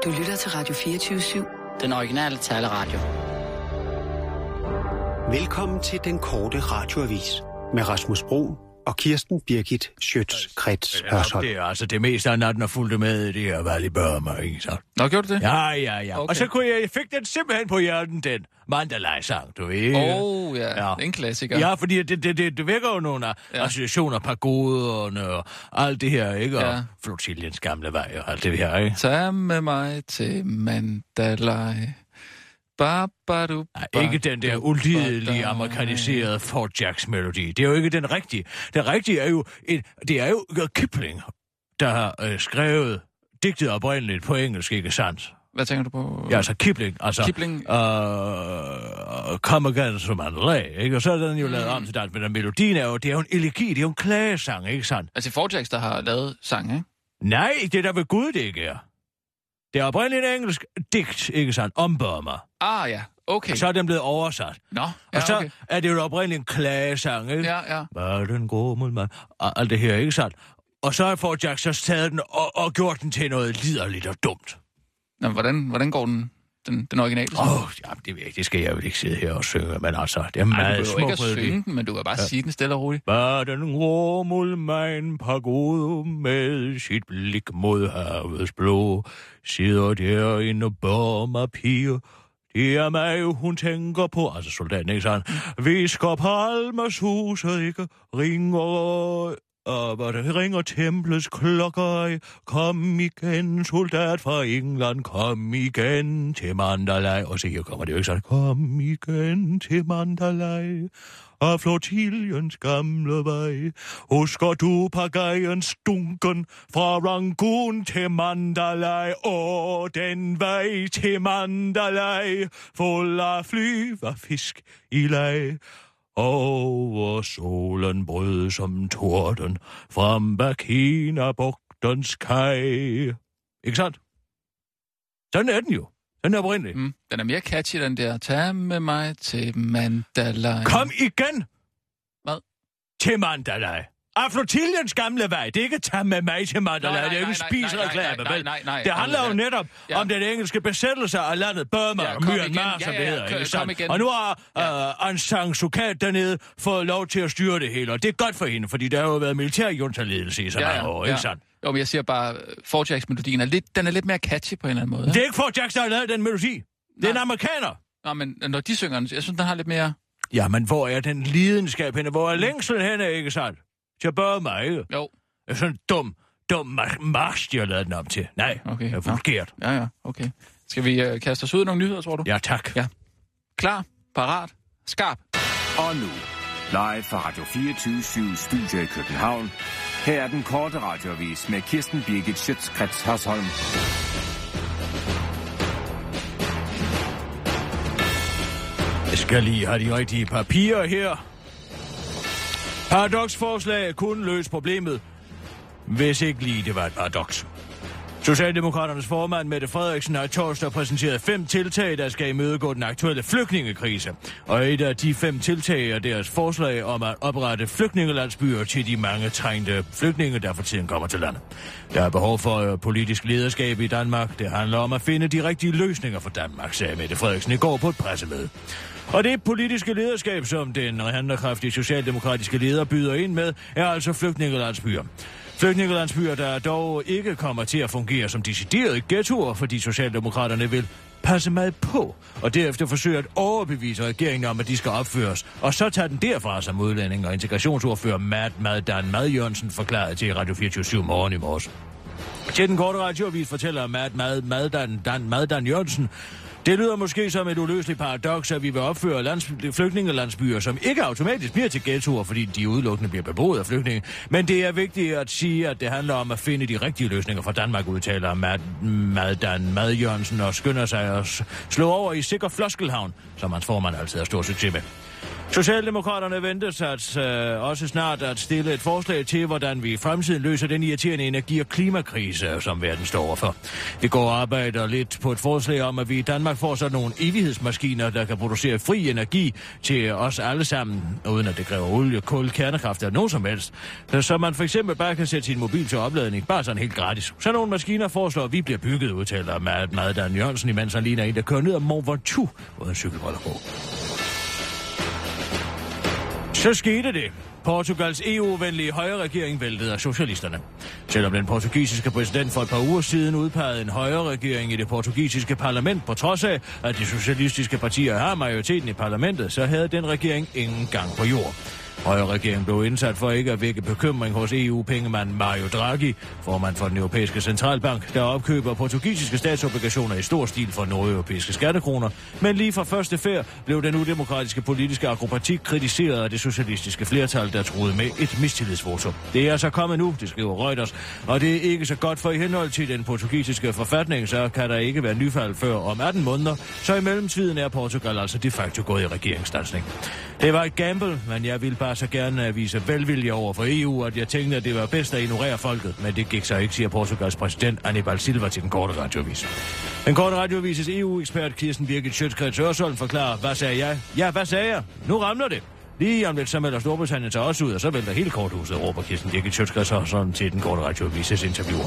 Du lytter til Radio 24/7. Den originale taleradio. Velkommen til den korte radioavis med Rasmus Bro og Kirsten Birgit Schøtz-Krets Hørsholm. Det er altså det meste af natten og fulgte med i det her valg i Burma, ikke så? Nå, gjorde du det? Ja. Okay. Og så jeg fik den simpelthen på hjernen, den Mandalay-sang, du ved. Ja, en klassiker. Ja, fordi det vækker jo nogle associationer, pagoderne og alt det her, ikke? Og Flotiliens gamle vej og alt det her, ikke? Tag med mig til Mandalay. Nej, ikke den der ulidelige amerikaniserede Fort Jacks-melodi. Det er jo ikke den rigtige. Den rigtige er jo, det er jo Kipling, der har skrevet digtet oprindeligt på engelsk, ikke sandt? Hvad tænker du på? Ja, altså Kipling. Come Again som Mandalay, ikke? Og så er den jo lavet om til dans, men den melodien er jo, det er jo en elegi, det er jo en klagesang, ikke sandt? Altså Fort Jacks, der har lavet sang, ikke? Nej, det er der ved Gud, det ikke er. Det er oprindeligt en engelsk digt, ikke sandt, om Burma. Ah, ja, okay. Og så er den blevet oversat. Nå, ja, og så okay. er det jo oprindeligt en klagesang, ikke? Ja. Hvad den går mod mig? Og alt det her, ikke sandt? Og så har Fort Jacks så taget den og gjort den til noget liderligt og dumt. Nå, hvordan går den originale? Det skal jeg vel ikke sidde her og synge, men altså, det er meget smukt. Du kan jo ikke at synge den, men du kan bare sige den stille og roligt. Hvad den går mod mig en pagode med sit blik mod havets blå, sidder derinde og Burma piger. Det er mig, hun tænker på. Altså soldaten, ikke sådan? Visker Palmas huset, ikke? Ringer templets klokker. Kom igen, soldat fra England. Kom igen til Mandalay. Og så her kommer det jo ikke sådan. Kom igen til Mandalay. Af flotiliens gamle vej. Husker du pagajens dunken fra Rangoon til Mandalay? Den vej til Mandalay, fuld af fly og fisk i lag. Over solen brød som torden, frem bag Kina-bugtens kaj. Ikke sandt? Sådan er den jo. Den er oprindelig. Den er mere catchy, den der. Tag med mig til Mandalay. Kom igen! Hvad? Til Mandalay. Af flotiliens gamle vej. Det er ikke tag med mig til Mandalay. Det er ikke en spisereklame, vel? Nej. Det handler jo netop om den engelske besættelse af landet Burma og Myanmar, som det hedder. Ikke sandt? Og nu har Aung San Suu Kyi dernede fået lov til at styre det hele. Og det er godt for hende, fordi der har jo været militærjuntaledelse i så mange år, ikke sandt? Jo, men jeg siger bare, Fort Jacks-melodien er lidt mere catchy på en eller anden måde. Det er ikke Fort Jacks, der har lavet den melodi. Det er en amerikaner. Nå, men når de synger den, jeg synes, den har lidt mere... Ja, men hvor er den lidenskab henne? Hvor er længslen henne, ikke sandt? Til Burma, ikke? Jo. Det er sådan en dum march, de har lavet den om til. Nej, okay. Det er forkert. Ja, okay. Skal vi kaste os ud i nogle nyheder, tror du? Ja, tak. Ja. Klar, parat, skarp. Og nu, live fra Radio 24/7 Studio i København. Her er den korte radioavis med Kirsten Birgit Schøtz-Krets Hørsholm. Jeg skal lige have de rigtige papirer her. Paradoksforslag kunne løse problemet, hvis ikke lige det var et paradoks. Socialdemokraternes formand Mette Frederiksen har torsdag præsenteret 5 tiltag, der skal imødegå den aktuelle flygtningekrise. Og et af de 5 tiltag er deres forslag om at oprette flygtningelandsbyer til de mange trængte flygtninge, der for tiden kommer til landet. Der er behov for politisk lederskab i Danmark. Det handler om at finde de rigtige løsninger for Danmark, sagde Mette Frederiksen i går på et pressemøde. Og det politiske lederskab, som den handlekraftige socialdemokratiske leder byder ind med, er altså flygtningelandsbyer. Flygtningelandsbyer, der dog ikke kommer til at fungere som deciderede ghettoer, fordi socialdemokraterne vil passe meget på, og derefter forsøge at overbevise regeringen om, at de skal opføres, og så tager den derfra, som udlænding og integrationsordfører Mad Jørgensen forklarede til Radio 24/7 morgen i morges. Til den korte radioavis fortæller Mad Jørgensen, det lyder måske som et uløseligt paradoks, at vi vil opføre flygtningelandsbyer, som ikke automatisk bliver til ghettoer, fordi de udelukkende bliver beboet af flygtninge. Men det er vigtigt at sige, at det handler om at finde de rigtige løsninger for Danmark, udtaler Mad Jørgensen og skynder sig at slå over i sikker floskelhavn, som hans formand altid har stor succes med. Socialdemokraterne ventes også snart at stille et forslag til, hvordan vi i fremtiden løser den irriterende energi- og klimakrise, som verden står overfor. Vi går og arbejder lidt på et forslag om, at vi i Danmark får sådan nogle evighedsmaskiner, der kan producere fri energi til os alle sammen, uden at det kræver olie, kul, kernekraft eller noget som helst. Så man for eksempel bare kan sætte sin mobil til opladning, bare sådan helt gratis. Så nogle maskiner foreslår, at vi bliver bygget, udtaler Madan Jørgensen, imens han ligner en, der kører ned ad Mont Ventoux, hvor en cykelholder på. Så skete det. Portugals EU-venlige højreregering væltede af socialisterne. Selvom den portugisiske præsident for et par uger siden udpegede en højreregering i det portugisiske parlament, på trods af, at de socialistiske partier har majoriteten i parlamentet, så havde den regering ingen gang på jord. Højreregeringen blev indsat for ikke at vække bekymring hos EU-pengemand Mario Draghi, formand for den europæiske centralbank, der opkøber portugisiske statsobligationer i stor stil for nordeuropæiske skattekroner. Men lige fra første færd blev den udemokratiske politiske akrobatik kritiseret af det socialistiske flertal, der troede med et mistillidsvotum. Det er så kommet nu, det skriver Reuters, og det er ikke så godt, for i henhold til den portugisiske forfatning, så kan der ikke være nyfald før om 18 måneder, så i mellemtiden er Portugal altså de facto gået i regeringsstandsning. Det var et gamble, men jeg ville bare så gerne vise velvilje over for EU, at jeg tænkte, at det var bedst at ignorere folket, men det gik så ikke, siger Portugals præsident Aníbal Silva til den korte radioavis. Den korte radioavises EU-ekspert Kirsten Birgit Schøtz-Krets Hørsholm forklarer, hvad sagde jeg? Ja, hvad sagde jeg? Nu ramler det. Lige om lidt, så melder Storbritannien sig også ud, og så vælter hele korthuset, råber Kirsten Birgit Schøtz-Krets Hørsholm til den korte radioavises interviewer.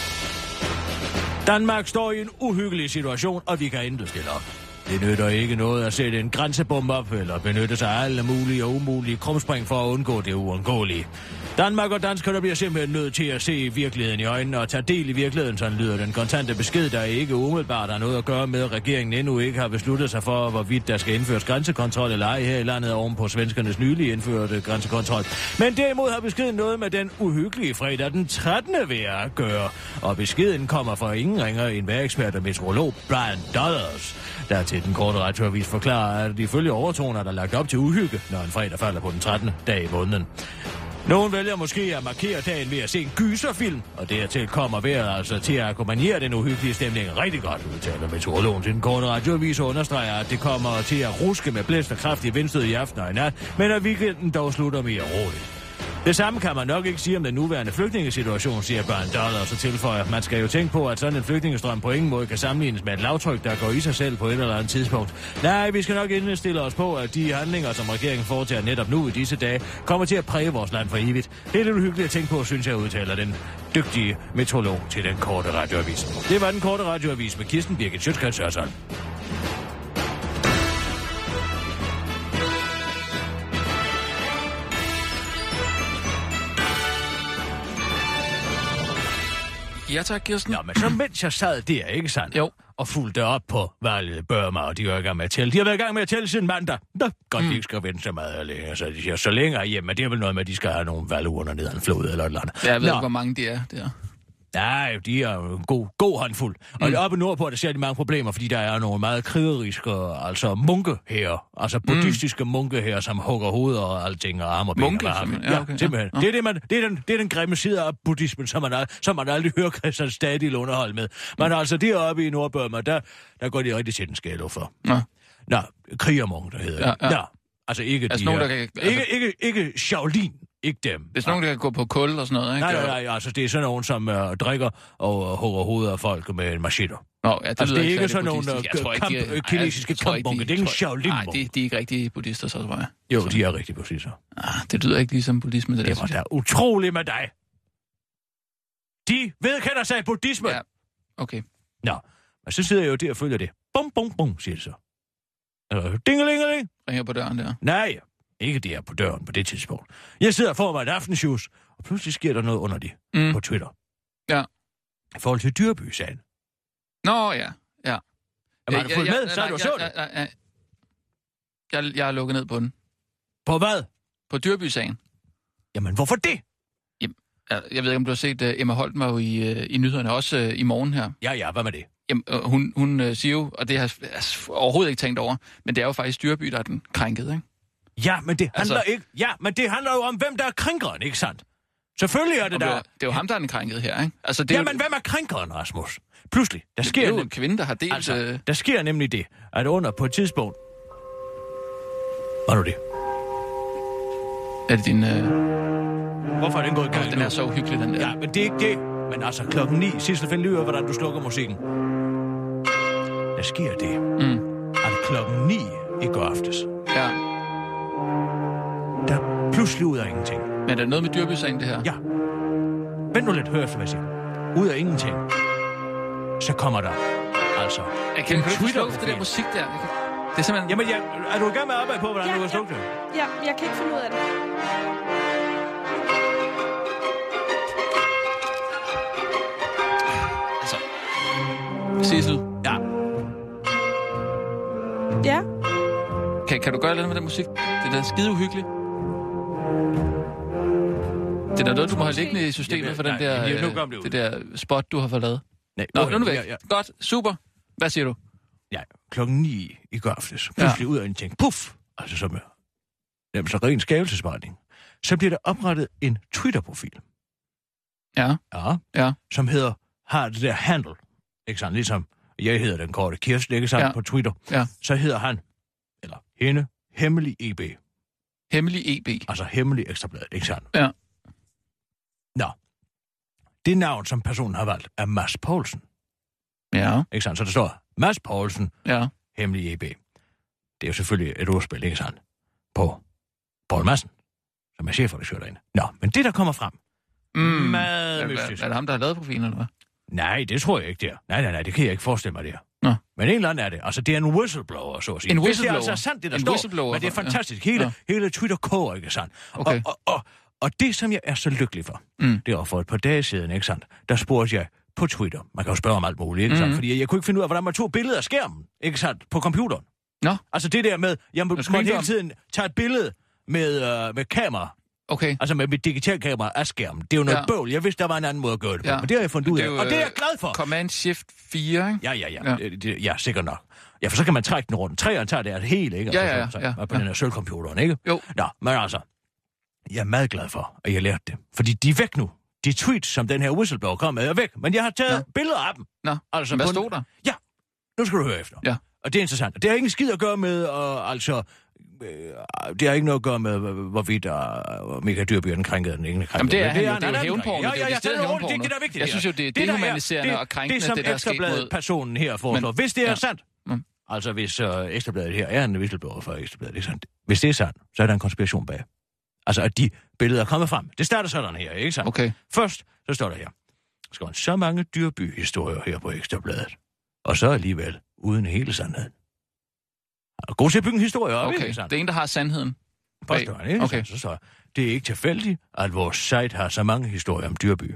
Danmark står i en uhyggelig situation, og vi kan intet stille op. Det nytter ikke noget at sætte en grænsebom op eller benytte sig af alle mulige og umulige krumspring for at undgå det uundgåelige. Danmark og danskerne bliver simpelthen nødt til at se virkeligheden i øjnene og tage del i virkeligheden, sådan lyder den kontante besked, der ikke umiddelbart har noget at gøre med, at regeringen endnu ikke har besluttet sig for, hvorvidt der skal indføres grænsekontrol eller ej her i landet oven på svenskernes nylige indførte grænsekontrol. Men derimod har beskeden noget med den uhyggelige fredag den 13. vejr at gøre, og beskeden kommer fra ingen ringer end vejrekspert og meteorolog Brian Dollars, der til den korte radioavis forklarer, at ifølge overtoner der er lagt op til uhygge, når en fredag falder på den 13. dag i måneden. Nogen vælger måske at markere dagen ved at se en gyserfilm, og dertil kommer vejret altså til at akkompagnere den uhyggelige stemning rigtig godt, udtaler meteorologen til den korte radioavis og understreger, at det kommer til at ruske med blæst og kraftig vindstød i aften og i nat, men at weekenden dog slutter mere roligt. Det samme kan man nok ikke sige om den nuværende flygtningesituation, siger Brian Dollar, og så tilføjer, man skal jo tænke på, at sådan en flygtningestrøm på ingen måde kan sammenlignes med et lavtryk, der går i sig selv på et eller andet tidspunkt. Nej, vi skal nok indstille os på, at de handlinger, som regeringen foretager netop nu i disse dage, kommer til at præge vores land for evigt. Det er lidt uhyggeligt at tænke på, synes jeg, udtaler den dygtige meteorolog til den korte radioavis. Det var den korte radioavis med Kirsten Birgit Schøtz-Krets Hørsholm. Ja tak, Kirsten. Nå, men så mens jeg sad der, ikke sandt? Jo. Og fulgte op på valget Burma, og de var i gang med at tælle. De har været i gang med at tælle siden mandag. Nå, godt, de ikke skal vente så meget længere. Så de siger, så længere hjemme, det er vel noget med, at de skal have nogle valgurner ned ad en flod eller et eller andet. Jeg ved ikke, hvor mange de er der. Nej, de er jo en god håndfuld. Og oppe nordpå, der ser de mange problemer, fordi der er nogle meget krigeriske, altså munke her, altså buddhistiske munke her, som hugger hoveder og alting og arme og ben. Munke, ja, okay, simpelthen. Ja. Det er den grimme side af buddhismen, som man aldrig hører Christian Stadil underholde med. Men altså deroppe i Nordburma, der går de rigtig til den skæld for. Ja. Nå, krigermunke, der hedder det. Ja. Altså ikke altså de nogen, her, kan, ikke Shaolin. Ikke dem. Det er sådan nogen, der kan gå på kul og sådan noget, ikke? Nej, altså det er sådan nogen, som drikker og hugger hovedet af folk med en machete. Nå, ja, det altså, det er ikke sådan nogle kinesiske kampmunke. Det er ikke Shaolin-munke. Nej, de er ikke rigtige buddhister, så tror jeg. Jo, de er rigtige buddhister. Det lyder ikke ligesom buddhisme, det var da utroligt med dig. De vedkender sig buddhisme. Ja, okay. Nå, men så sidder jeg jo der og følger det. Bum, bum, bum, siger det så. Dingelingeling. Ringer på døren der. Nej, ikke det her på døren på det tidspunkt. Jeg sidder og får mig et aftenshoes, og pludselig sker der noget under det på Twitter. Ja. I forhold til Dyrby-sagen. Nå, ja. Ja. Har du fulgt med? Så har du så det? Jeg er lukket ned på den. På hvad? På Dyrby-sagen. Jamen, hvorfor det? Jamen, jeg ved ikke, om du har set, Emma Holten var jo i nyhederne også i morgen her. Ja, hvad med det? Jamen, hun siger jo, og det har jeg overhovedet ikke tænkt over, men det er jo faktisk Dyrby, der er den krænket, ikke? Ja, men det handler ikke. Ja, men det handler jo om, hvem der er krænkeren, ikke sandt? Selvfølgelig er det der. Det er jo ham, der er den krænket her, ikke? Altså, det men hvem er krænkeren, Rasmus? Pludselig, der sker det er jo en kvinde, der har delt... Altså, der sker nemlig det, at under på et tidspunkt... Var nu det? Er det din... Hvorfor er den gået i gang den nu? er så uhyggelig, den der. Ja, men det er ikke det. Men altså, 9:00, Sissel, find lige ud af, hvordan du slukker musikken. Der sker det. At 9:00 i går aftes, Ja. der pludselig ud af ingenting. Men er det noget med Dyrby-sagen, det her? Ja. Vent nu lidt, hør efter, hvad jeg siger. Ud af ingenting. Så kommer der altså... Kan du ikke slukke for det der musik der? Det er simpelthen... Jamen, er du i gang med at arbejde på, hvordan du kan slukke det? Ja, jeg kan ikke finde ud af det. Altså... Sissel. Ja. Ja. Kan du gøre noget med den musik? Det er da skide uhyggeligt. Det er da noget, du må have liggende i systemet for den der, det der spot, du har fået lavet. Nej, Nå, nu væk. Ja. Godt, super. Hvad siger du? Ja, 9:00 i går aftes. Pludselig ud af ingenting. Puff! Altså som så ren skabelsesberetning. Så bliver der oprettet en Twitter-profil. Ja. Som har det der handle. Ikke sådan, ligesom jeg hedder den korte Kirsten, ikke sådan, på Twitter. Ja. Så hedder han, eller hende, Hemmelig EB. Hemmelig EB. Altså Hemmelig Ekstrabladet, ikke sådan? Ja. Nå. Det navn, som personen har valgt, er Mads Poulsen. Ja. Ikke sådan? Så der står Mads Poulsen, Hemmelig EB. Det er jo selvfølgelig et ordspil, ikke sådan? På Poul Madsen, som er chefredaktør derinde. Nå, men det, der kommer frem, meget mystisk. Er det ham, der har lavet profilen, eller hvad? Nej, det tror jeg ikke, det er. Nej, det kan jeg ikke forestille mig, det er. Nå. Men en eller anden er det. Altså, det er en whistleblower, så at sige. En whistleblower? Det er altså sandt, det der en står. Men det er fantastisk. Hele Twitter koger, ikke sandt? Okay. Og det, som jeg er så lykkelig for, det var for et par dage siden, ikke sandt? Der spurgte jeg på Twitter. Man kan jo spørge om alt muligt, ikke sandt? Fordi jeg kunne ikke finde ud af, hvordan man tog billeder af skærmen, ikke sandt? På computeren. Nå. Altså det der med, jeg må hele tiden tage et billede med kamera. Okay. Altså med digital kamera af skærmen. Det er jo noget bøvl. Jeg vidste, der var en anden måde at gøre det på. Men det har jeg fundet ud af. Og det er jeg glad for. Command-Shift-4, ikke? Ja, sikkert nok. Ja, for så kan man trække den rundt. Træerne tager det altså hele, ikke? Ja. På den her sølvcomputeren, ikke? Jo. Nå, men altså, jeg er meget glad for, at jeg lærte det. Fordi de er væk nu. De tweets, som den her whistleblower kom med, er væk. Men jeg har taget billeder af dem. Nå, altså, hvad stod der? Ja, nu skal du høre efter. Ja. Og det er interessant. Det har ingen skid at gøre med, det har ikke noget at gøre med, hvorvidt Michael Dyrby den krænkede den ene krænkede. Jamen det er jo hævnporno. Det er det vigtigt. Jeg synes jo, det er dehumaniserende og krænkende, det der sket mod... personen her foreslår. Hvis det er sandt, altså hvis Ekstrabladet her er en whistleblower for Ekstrabladet, det er sandt. Hvis det er sandt, så er der en konspiration bag. Altså at de billeder er kommet frem. Det starter sådan her, ikke sandt? Okay. Først, så står der her. Der skal så mange Dyrby-historier her på Ekstrabladet. Og så alligevel uden hele sandheden. God til at bygge en historie op, okay. Ikke? Det er en, der har sandheden. Påstår han, ikke? Okay. Så står der, det er ikke tilfældigt, at vores site har så mange historier om Dyrby.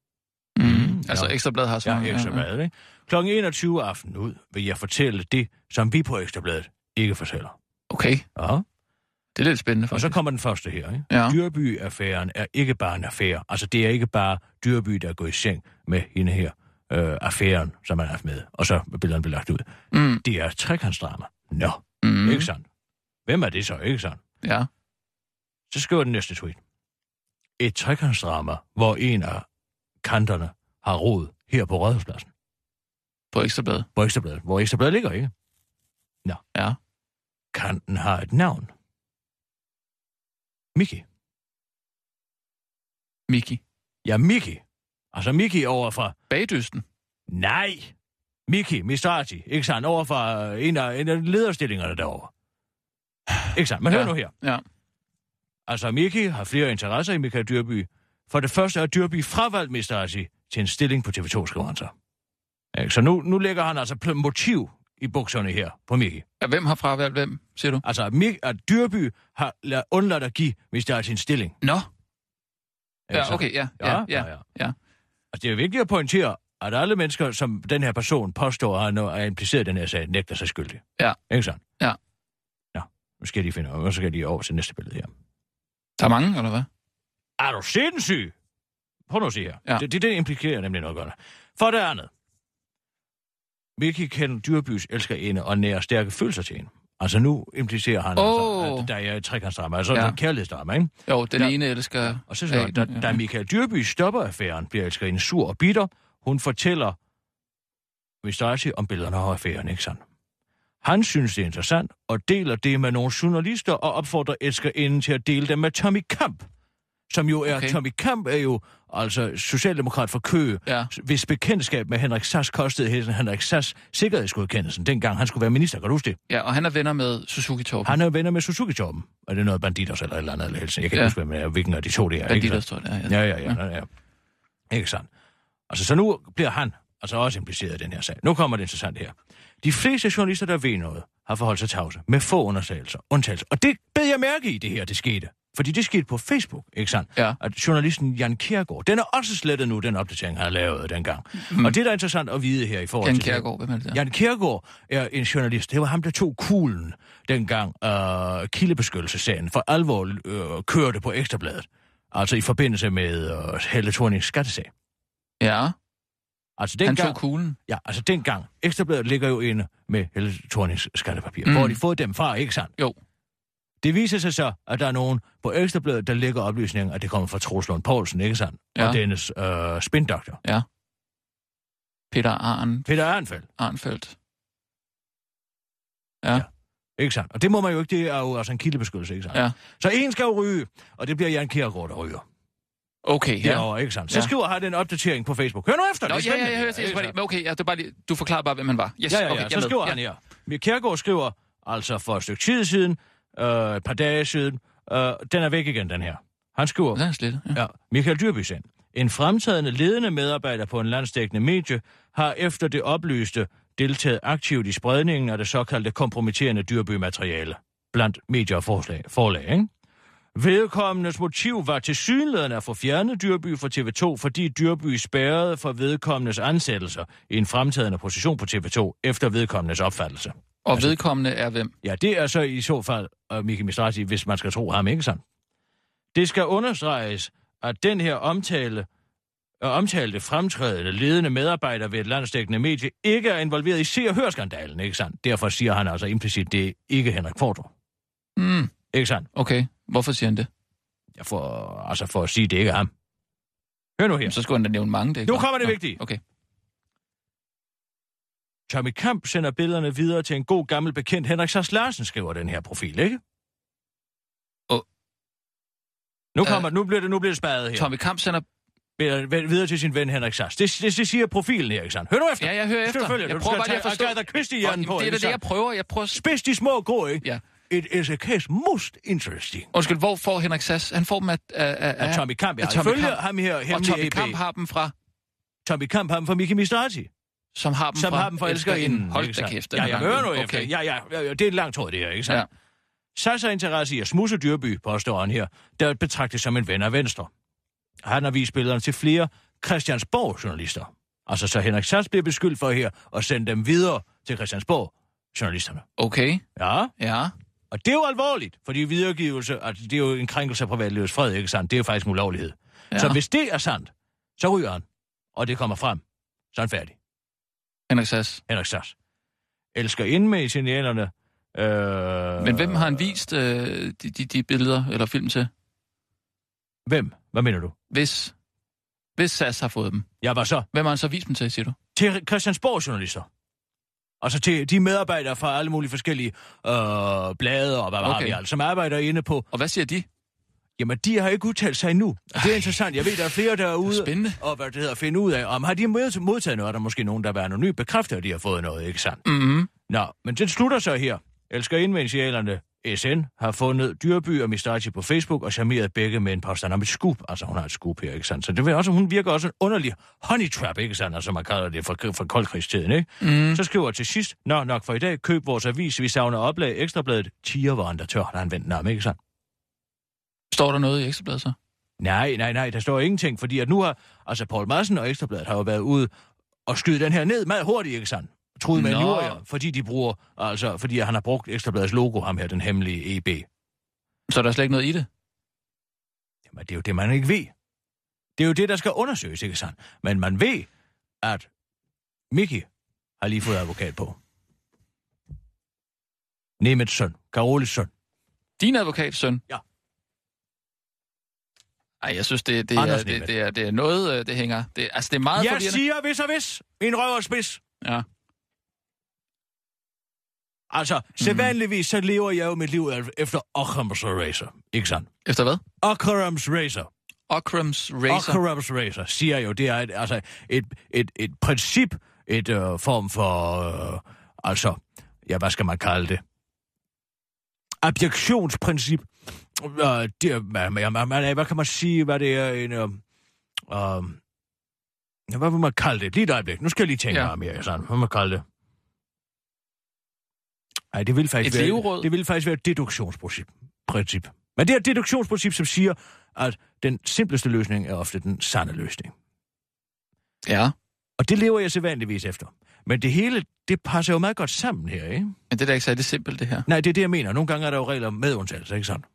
Altså Ekstrabladet har så mange. Ja, Ekstrabladet, ikke? Klokken 21 aften ud vil jeg fortælle det, som vi på Ekstrabladet ikke fortæller. Okay. Ja. Det er lidt spændende, faktisk. Og så kommer den første her, ikke? Ja. Dyrby-affæren er ikke bare en affære. Altså, det er ikke bare Dyrby, der er gået i seng med hende her. Affæren, som man har haft med. Og så billederne bliver lagt ud. Det er trekantsdrama. Nå, ikke sandt? Hvem er det så, ikke sandt? Ja. Så skriver den næste tweet. Et trekantsdrama, hvor en af kanterne har rod her på Rådhuspladsen. På Ekstrabladet? På Ekstrabladet, hvor Ekstrabladet ligger, ikke? Nå. Ja. Kanten har et navn. Miki. Miki? Ja, Miki. Altså Miki over fra... Bagdysten? Nej. Miki Mistrati, ikke sandt? Over fra en af lederstillingerne derovre. Ikke sandt? Men hør nu her. Ja. Altså Miki har flere interesser i Michael Dyrby. For det første er Dyrby fravalgt Mistrati til en stilling på TV2, skriver han så. Så nu lægger han altså motiv i bukserne her på Miki. Ja, hvem har fravalgt hvem, siger du? Altså at Dyrby har undladt at give Mistrati en stilling. Nå. Ja, okay, ja. Altså, det er vigtigt at pointere, at alle mennesker, som den her person påstår, er impliceret i den her sag, nægter sig skyldig. Ja. Ikke sådan? Ja. Nå, nu skal de finde ud, og så skal de over til næste billede her. Der er mange, eller hvad? Er du sindssyg? Prøv nu at se her. Ja. Det implikerer nemlig noget godt. For det andet. Miki kender Dyrbys elskerinde og nærer stærke følelser til hende. Altså nu implicerer han, at der er et trekantsdrama, altså en kærlighedsdrama, ikke? Jo, den ene elsker... Og så siger da Michael Dyrby stopper affæren, bliver elskerinde sur og bitter. Hun fortæller Mistrati om billederne af affæren, ikke sandt? Han synes, det er interessant, og deler det med nogle journalister, og opfordrer elskerinden til at dele det med Tommy Kamp, som jo er... Okay. Tommy Kamp er jo altså socialdemokrat for Køge, hvis bekendtskab med Henrik Sass kostede Henrik Sass sikkerhedsgodkendelsen, dengang han skulle være minister. Kan du huske det? Ja, og han er venner med Suzuki Torben. Han er venner med Suzuki Torben. Og det er noget Banditos eller et eller andet, eller helst. Jeg kan ikke huske, hvilken af de to det er. Banditos, tror jeg, det er. Ja. Ikke sandt. Altså, så nu bliver han altså også impliceret i den her sag. Nu kommer det interessant her. De fleste journalister, der ved noget, har forholdt sig tavse med få undtagelser. Og det bed jeg mærke i, det her, det skete. Fordi det skete på Facebook, ikke sandt? Ja. At journalisten Jan Kjærgaard, den er også slettet nu, den opdatering, han har lavet dengang. Og det, der er interessant at vide her i forhold til... Jan Kjærgaard, hvem er det der? Jan Kjærgaard er en journalist. Det var ham, der tog kuglen dengang kildebeskyttelsessagen for alvor kørte på Ekstrabladet. Altså i forbindelse med Helle Thornings skattesag. Ja. Altså dengang, han tog kuglen? Ja, altså dengang. Ekstrabladet ligger jo inde med Helle Thornings skattepapir. Hvor de fået dem fra, ikke sandt? Jo. Det viser sig så, at der er nogen på Ekstrabladet, der lægger oplysninger, at det kommer fra Troels Lund Poulsen, ikke sandt? Ja. Og dennes spindoktor. Ja. Peter Arnfeldt. Ja. Ikke sandt? Og det må man jo ikke, det er jo også en kildebeskyttelse, ikke sandt? Ja. Så en skal jo ryge, og det bliver Jan Kjærgaard, der ryger. Okay, ja. Derovre, ikke sandt? Så skriver han en opdatering på Facebook. Hør nu efter! Nå, jeg hører det. Men okay, ja, du forklarer bare, hvem han var. Yes, ja. Okay, så skriver han her. Kjærgaard skriver, altså for et stykke tid siden, et par dage siden, den er væk igen, den her. Han skriver... Den er slet, ja. Michael Dyrby-Sand. En fremtrædende ledende medarbejder på en landsdækkende medie har efter det oplyste deltaget aktivt i spredningen af det såkaldte kompromitterende Dyrby-materiale blandt medier og forlag, ikke? Vedkommendes motiv var tilsyneladende at få fjernet Dyrby fra TV2, fordi Dyrby spærrede for vedkommendes ansættelser i en fremtrædende position på TV2 efter vedkommendes opfattelse. Og vedkommende er hvem? Ja, det er så i så fald Miki Mistrati, hvis man skal tro ham, ikke sandt? Det skal understreges, at den her omtalte fremtrædende ledende medarbejder ved et landsdækkende medie ikke er involveret i Se og Hør-skandalen, ikke sandt? Derfor siger han altså implicit, det er ikke Henrik Fordrup. Ikke sandt? Okay, hvorfor siger han det? Ja, for at sige, det ikke er ham. Hør nu her. Så skulle han da nævne mange, det ikke? Nu kommer det vigtige. Okay. Tommy Kamp sender billederne videre til en god gammel bekendt. Henrik Sass Larsen skriver den her profil, ikke? Nu bliver det spadet her. Tommy Kamp sender videre til sin ven Henrik Sass. Det siger profilen her, ikke sandt? Hør nu efter. Ja, jeg hører efter. Jeg prøver bare lige at forstå. Det er det, jeg prøver. Spids de små grå, ikke? Ja. It is a case most interesting. Undskyld, hvor får Henrik Sass? Han får dem af Tommy Kamp. Jeg følger ham her hemmelige. Og Tommy Kamp har dem fra? Tommy Kamp har dem fra Miki Mistrati. Som har dem fra elskerinden. Hold da kæft. Ja, jeg hører nu efter. Ja, det er en lang tråd, det her, ikke sandt? Ja. Sass har interesse i at smudse Dyrby, påstår han her, der betragtes som en ven af Venstre. Han har vist billederne til flere Christiansborg-journalister. Altså, så Henrik Sass bliver beskyldt for her at sende dem videre til Christiansborg-journalisterne. Okay. Ja. Og det er jo alvorligt, fordi videregivelse, altså, det er jo en krænkelse af privatlivets fred, ikke sandt? Det er jo faktisk en ulovlighed. Ja. Så hvis det er sandt, så ryger han, og det kommer frem, så er han færdig. Henrik Sass. Elsker ind med i signalerne. Men hvem har han vist de billeder eller film til? Hvem? Hvad mener du? Hvis Sass har fået dem. Ja, hvad så? Hvem har han så vist dem til, siger du? Til Christiansborg-journalister. Altså til de medarbejdere fra alle mulige forskellige blade og hvad har vi altså, som arbejder inde på. Og hvad siger de? Jamen, de har ikke udtalt sig endnu. Det er interessant. Jeg ved, der er flere, der er ude og finde ud af, om har de modtaget noget, der er måske nogen, der er anonymt bekræftet, at de har fået noget, ikke sandt? Mm-hmm. Nå, men det slutter så her. Elsker indvendialerne SN har fundet Dyrby og Mistrati på Facebook og charmeret begge med en påstand om et scoop. Altså, hun har et scoop her, ikke sandt? Så det vil også, hun virker også en underlig honey trap, ikke sandt? Altså, man kalder det for koldkrigstiden, ikke? Mm. Så skriver til sidst, nok for i dag, køb vores avis, vi savner oplag, Ekstrabladet, tigervaren, der tør, der han vendt nærmere, ikke sandt? Står der noget i Ekstrabladet så? Nej, der står ingenting, fordi at nu har, altså Poul Madsen og Ekstrabladet har jo været ude og skyde den her ned meget hurtigt, ikke sandt? Truet med en jurier, fordi han har brugt Ekstrabladets logo, ham her, den hemmelige EB. Så er der slet ikke noget i det? Jamen, det er jo det, man ikke ved. Det er jo det, der skal undersøges, ikke sandt? Men man ved, at Miki har lige fået advokat på. Nemets søn, Karolis søn. Din advokats søn? Ja. Ej, jeg synes, det er noget, det hænger. Det er meget forvirrende. Jeg siger hvis og hvis. En røv og spids. Ja. Altså, sædvanligvis så lever jeg jo mit liv efter Occam's Razor, ikke sandt? Efter hvad? Occam's Razor. Occam's Razor. Occam's Razor, siger jo, det er et princip, et form for, hvad skal man kalde det? Abjektionsprincip. Hvad kan man sige, hvad det er hvad vil man kalde det? Lige et øjeblik. Nu skal jeg lige tænke mig mere sådan. Hvad vil man kalde det? Nej, det vil faktisk være et deduktionsprincip. Men det er et deduktionsprincip, som siger, at den simpleste løsning er ofte den sande løsning. Ja. Og det lever jeg sædvanligvis efter. Men det hele, det passer jo meget godt sammen her, ikke? Men det er da ikke særlig simpelt, det her. Nej, det er det, jeg mener. Nogle gange er der jo regler med undtagelse, ikke sådan?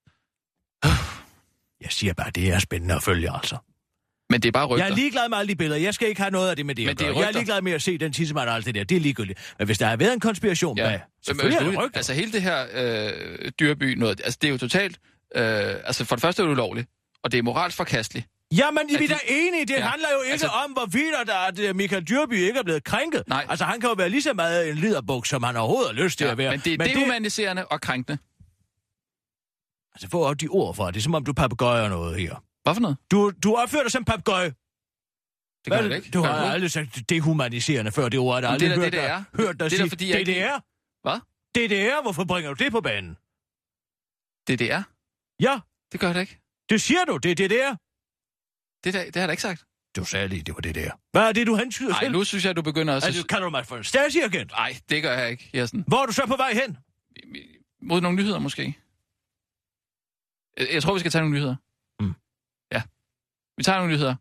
Jeg siger bare, det er spændende at følge, altså. Men det er bare rygter. Jeg er ligeglad med alle de billeder. Jeg skal ikke have noget af det med det at gøre. Jeg er ligeglad med at se den tissemand og alt det der. Det er ligegyldigt. Men hvis der har været en konspiration bag, selvfølgelig er det rygter. Altså hele det her dyreby noget, altså det er jo totalt, altså for det første er det ulovligt, og det er moralsk forkasteligt. Jamen, vi er da enige. Det handler jo ikke om, hvorvidt at Michael Dyrby ikke er blevet krænket. Nej. Altså, han kan jo være lige så meget en liderbuk, som han overhovedet har lyst til at være. Men det er dehumaniserende og krænkende. Altså, få op de ord fra. Det er som om, du papegøjer noget her. Hvad for noget? Du opfører dig som papegøje. Det gør det ikke. Du har aldrig sagt dehumaniserende før det ord. Det er hørt dig sige, DDR? Hvad? DDR? Hvorfor bringer du det på banen? DDR? Ja. Det gør det ikke. Det siger du, det er DDR. Det har jeg da ikke sagt. Du sagde lige, det var det der. Hvad er det, du hentyder til? Nej, nu synes jeg, at du begynder at... Altså, kalder du mig for en Stasi-agent? Nej, det gør jeg ikke, Kirsten. Hvor er du så på vej hen? Mod nogle nyheder, måske. Jeg tror, vi skal tage nogle nyheder. Ja. Vi tager nogle nyheder.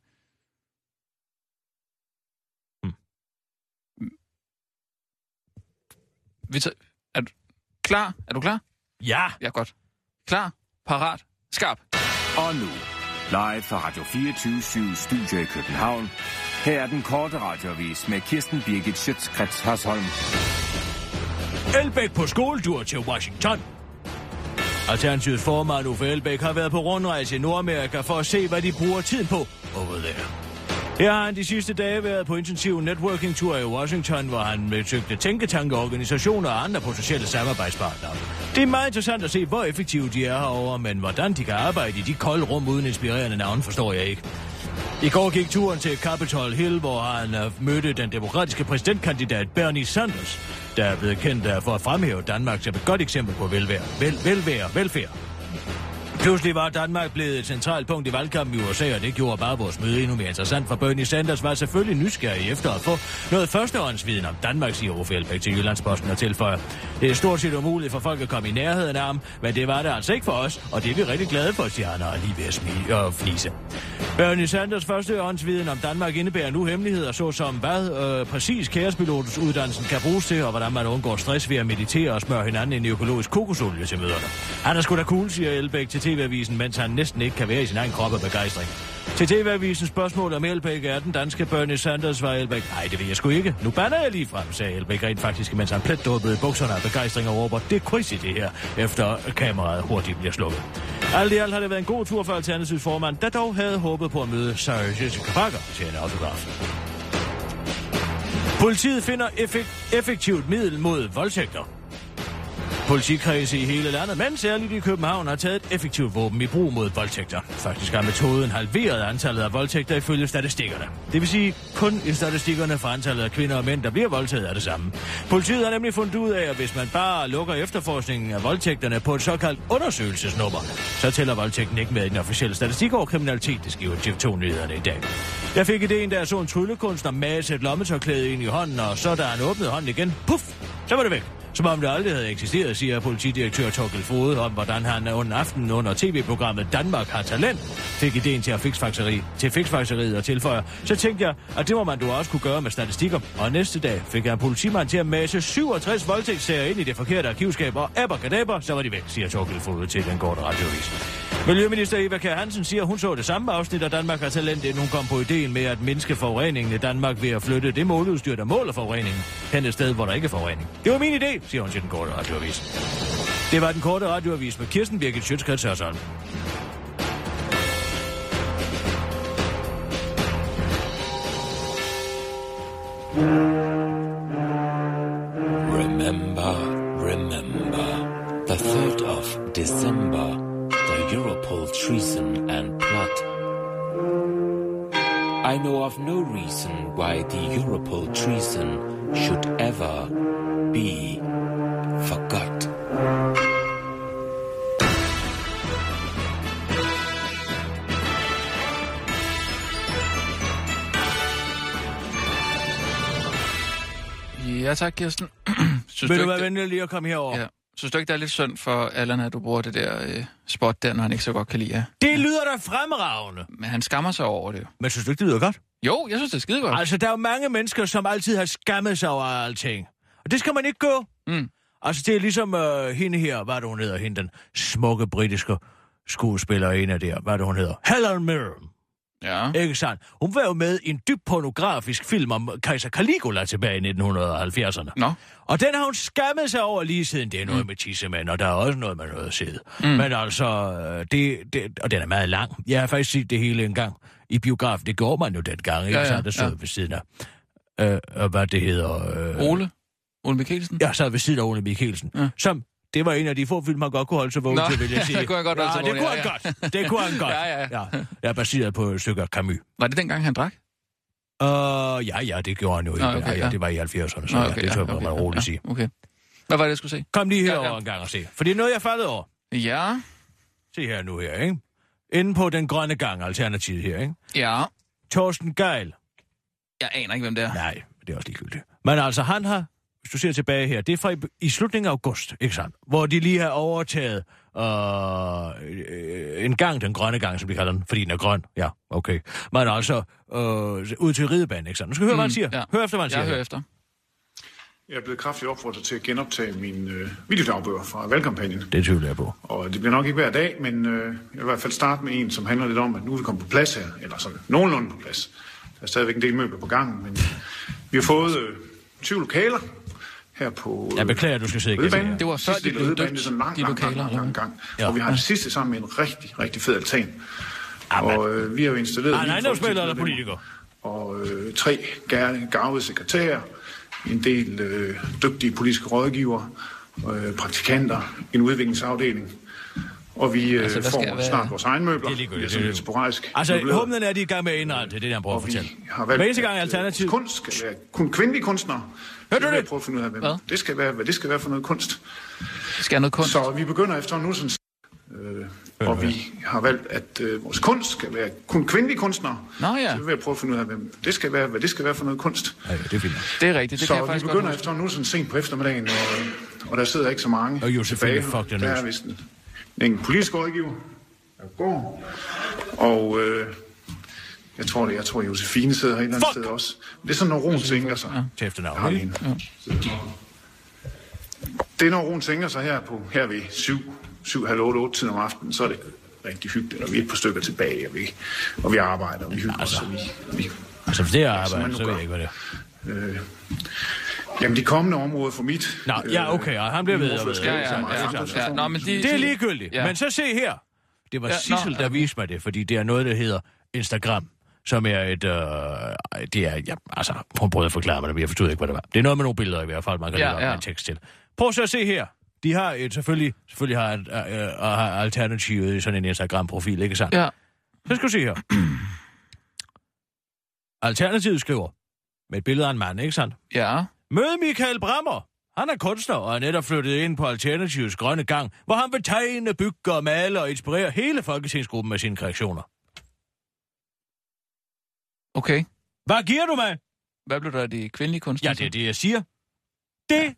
Er du klar? Er du klar? Ja. Ja, godt. Klar, parat, skarp. Og nu, live fra Radio 24/7 Studio i København. Her er den korte radioavis med Kirsten Birgit Schøtz-Krets Hørsholm. Elbæk på skoletur til Washington. Alternativets formand Uffe Elbæk har været på rundrejse i Nordamerika for at se, hvad de bruger tiden på over der. Her har han de sidste dage været på intensiv networking-tur i Washington, hvor han besøgte tænketanke, organisationer og andre potentielle samarbejdspartnere. Det er meget interessant at se, hvor effektive de er herovre, men hvordan de kan arbejde i de kolde rum uden inspirerende navne, forstår jeg ikke. I går gik turen til Capitol Hill, hvor han mødte den demokratiske præsidentkandidat Bernie Sanders, der er blevet kendt for at fremhæve Danmark som et godt eksempel på velfærd. Pludselig var Danmark blevet et centralt punkt i valgkampen i USA, og det gjorde bare vores møde endnu mere interessant, for Bernie Sanders var selvfølgelig nysgerrig efter at få noget førstehåndsviden om Danmark, siger Uffe Elbæk til Jyllandsposten og tilføjer. Det er stort set umuligt for folk at komme i nærheden af ham, men det var det altså ikke for os, og det er vi rigtig glade for, siger han, og lige ved at smile og fnise. Bernie Sanders førstehåndsviden om Danmark indebærer nu hemmeligheder, såsom hvad præcis kaospilotuddannelsen kan bruges til, og hvordan man undgår stress ved at meditere og smøre hinanden i økologisk kokosolie til møderne. Han er sgu da cool, siger Elbæk til TV-avisen, mens han næsten ikke kan være i sin egen krop af begejstring. Til TV-avisens spørgsmål om Elbæk er den danske Bernie Sanders, var Elbæk. Nej, det ved jeg sgu ikke. Nu banner jeg lige frem, sagde Elbæk rent faktisk, mens han pletdåbede bukserne af begejstring og råber, det er crazy det her, efter kameraet hurtigt bliver slukket. Alt i alt har det været en god tur for Alternativets formand, der dog havde håbet på at møde Sarah Jessica Parker til en autograf. Politiet finder effektivt middel mod voldtægter. Politikredse i hele landet, men særligt i København, har taget et effektivt våben i brug mod voldtægter. Faktisk har metoden halveret antallet af voldtægter ifølge statistikkerne. Det vil sige, kun i statistikkerne for antallet af kvinder og mænd, der bliver voldtaget, er det samme. Politiet har nemlig fundet ud af, at hvis man bare lukker efterforskningen af voldtægterne på et såkaldt undersøgelsesnummer, så tæller voldtægten ikke med i den officielle statistik over kriminalitet, det skriver TV2-nyhederne i dag. Jeg fik idéen, da jeg så en tryllekunstner mase et lommetørklæde ind i hånden, og så da han åbnede hånden igen, puff, så var det væk. Som om det aldrig havde eksisteret, siger politidirektør Torkel Frode om, hvordan han under aftenen under tv-programmet Danmark har talent fik ideen til Fixfakseriet og tilføjer. Så tænkte jeg, at det må man du også kunne gøre med statistikker. Og næste dag fik jeg en politimand til at mase 67 voldtægtssager ind i det forkerte arkivskab, og abracadabra, så var de væk, siger Torkel Frode til den korte radioavis. Miljøminister Eva Kjær Hansen siger, hun så det samme afsnit af Danmark har talent, inden hun kom på ideen med at mindske forureningen i Danmark ved at flytte det måleudstyr, der måler forureningen, hen et sted, hvor der ikke er forurening. Det var min idé, siger hun til den korte radioavis. Det var den korte radioavis med Kirsten Birgit Schøtz-Krets Hørsholm. Remember of December, the Europol treason and plot. I know of no reason why the Europol treason should ever be forgot. Ja, tak, Kirsten. Vil du være venlig lige at komme herover? Ja. Synes du ikke, det er lidt synd for Allan, at du bruger det der spot der, når han ikke så godt kan lide jer? Det lyder da fremragende. Men han skammer sig over det. Men synes du ikke, det lyder godt? Jo, jeg synes, det er skide godt. Altså, der er jo mange mennesker, som altid har skammet sig over alting. Og det skal man ikke gå. Altså, det er ligesom hende her, hvad det hun hedder, hende den smukke britiske skuespiller, en af der, hvad det hun hedder, Helen Mirren. Ja. Ikke sandt? Hun var jo med i en dybt pornografisk film om kejser Caligula tilbage i 1970'erne. Nå. Og den har hun skammet sig over lige siden. Det er noget med tissemænd, og der er også noget med noget sæde. Men altså, og den er meget lang. Jeg har faktisk set det hele en gang i biografen. Det gjorde man jo dengang, ikke sandt? Der sad ved siden af, hvad det hedder... Ole Mikkelsen? Jeg sad ved siden af Ole Mikkelsen, som... Det var en af de få film, man godt kunne holde sig vågen til, vil jeg sige. Det kunne han godt holde sig vågen. Det kunne han godt. Det kunne han godt. Ja. Jeg er baseret på et stykke af Camus. Var det dengang, han drak? Ja, det gjorde han jo ikke. Okay, ja. Det var i 70'erne, så det tror jeg, man roligt sige. Okay. Hvad var det, jeg skulle se? Kom lige herover en gang og se. For det er noget, jeg faldet over. Ja. Se her nu her, ikke? Inde på den grønne gang, alternativet her, ikke? Ja. Torsten Geil. Jeg aner ikke, hvem det er. Nej, det er også ligegyldigt. Men altså, han har... Hvis du ser tilbage her, det er fra i slutningen af august, ikke sandt? Hvor de lige har overtaget en gang, den grønne gang, som de kalder den, fordi den er grøn. Ja, okay. Men altså ud til ridebanen, ikke sandt? Nu skal vi høre, hvad han siger. Ja. Hør efter, hvad han siger. Jeg hører efter. Jeg er blevet kraftigt opfordret til at genoptage mine videodagbøger fra valgkampagnen. Det tvivler jeg på. Og det bliver nok ikke hver dag, men jeg vil i hvert fald starte med en, som handler lidt om, at nu er vi kommet på plads her, eller sådan nogenlunde på plads. Der er stadigvæk en del møbler på gangen, men vi har fået 20 lokaler her på... Jeg beklager, at du skal sidde igen. Det var før de blev døbt, de lokaler. Ja. Og vi har det sidste sammen med en rigtig, rigtig fed altan. Og vi har jo installeret... Han er ejendomsmægler eller politiker? Og 3 garvede sekretærer, en del dygtige politiske rådgivere, praktikanter, en udviklingsafdeling. Og vi får snart vores egen møbler. Det er ligegyldigt. Det er lidt sporadisk. Altså, humlen er de i gang med at indrette, det er det, han prøver at fortælle. Hver eneste gang alternativ... Kunst skal være kun kvindelige kunstnere. Hørte du det? Prøve at finde ud af, hvad det skal være for noget kunst. Det skal noget kunst. Så vi begynder efter nu sådan... og vi har valgt, at vores kunst skal være kun kvindelige kunstnere. Nå ja. Så vi vil prøve at finde ud af, hvad det skal være for noget kunst. Ja, det er fint. Det er rigtigt, det kan jeg faktisk godt. Så vi begynder efter nu sådan sent på eftermiddagen, og der sidder ikke så mange. Og Josefine, fuck den. Der er vist en politisk rådgiver, der går. Og jeg tror Josefine sidder her et eller andet sted også. Det er sådan, når Ron tænker sig. Til efternavn. Det er, når Ron tænker sig her ved 7:30 tiden om aftenen, så er det rigtig hyggeligt, og vi er et par stykker tilbage, og vi arbejder, og vi hygger os. Altså, for det er arbejde, så ved jeg ikke, hvad det er. Jamen, de kommende områder for mit... Nå, ja, okay, og han bliver ved. Ja. Nå, men det er ligegyldigt. Ja. Men så se her. Det var Sissel, der viste mig det, fordi det er noget, der hedder Instagram, som er et... det er... Ja, altså, hun prøvede at forklare mig det, men jeg forstod ikke, hvad det var. Det er noget med nogle billeder i hvert fald, man kan lægge en tekst til. Prøv så at se her. De har selvfølgelig har alternativet i sådan en Instagram-profil, ikke sandt? Ja. Så skal du se her. Alternativet skriver med et billede af en mand, ikke sandt? Ja. Mød Michael Brammer. Han er kunstner og er netop flyttet ind på Alternativets grønne gang, hvor han vil tegne, bygge og male og inspirere hele folketingsgruppen med sine kreationer. Okay. Hvad giver du mig? Hvad blev der af de kvindelige kunstnere? Ja, det er det, jeg siger. Det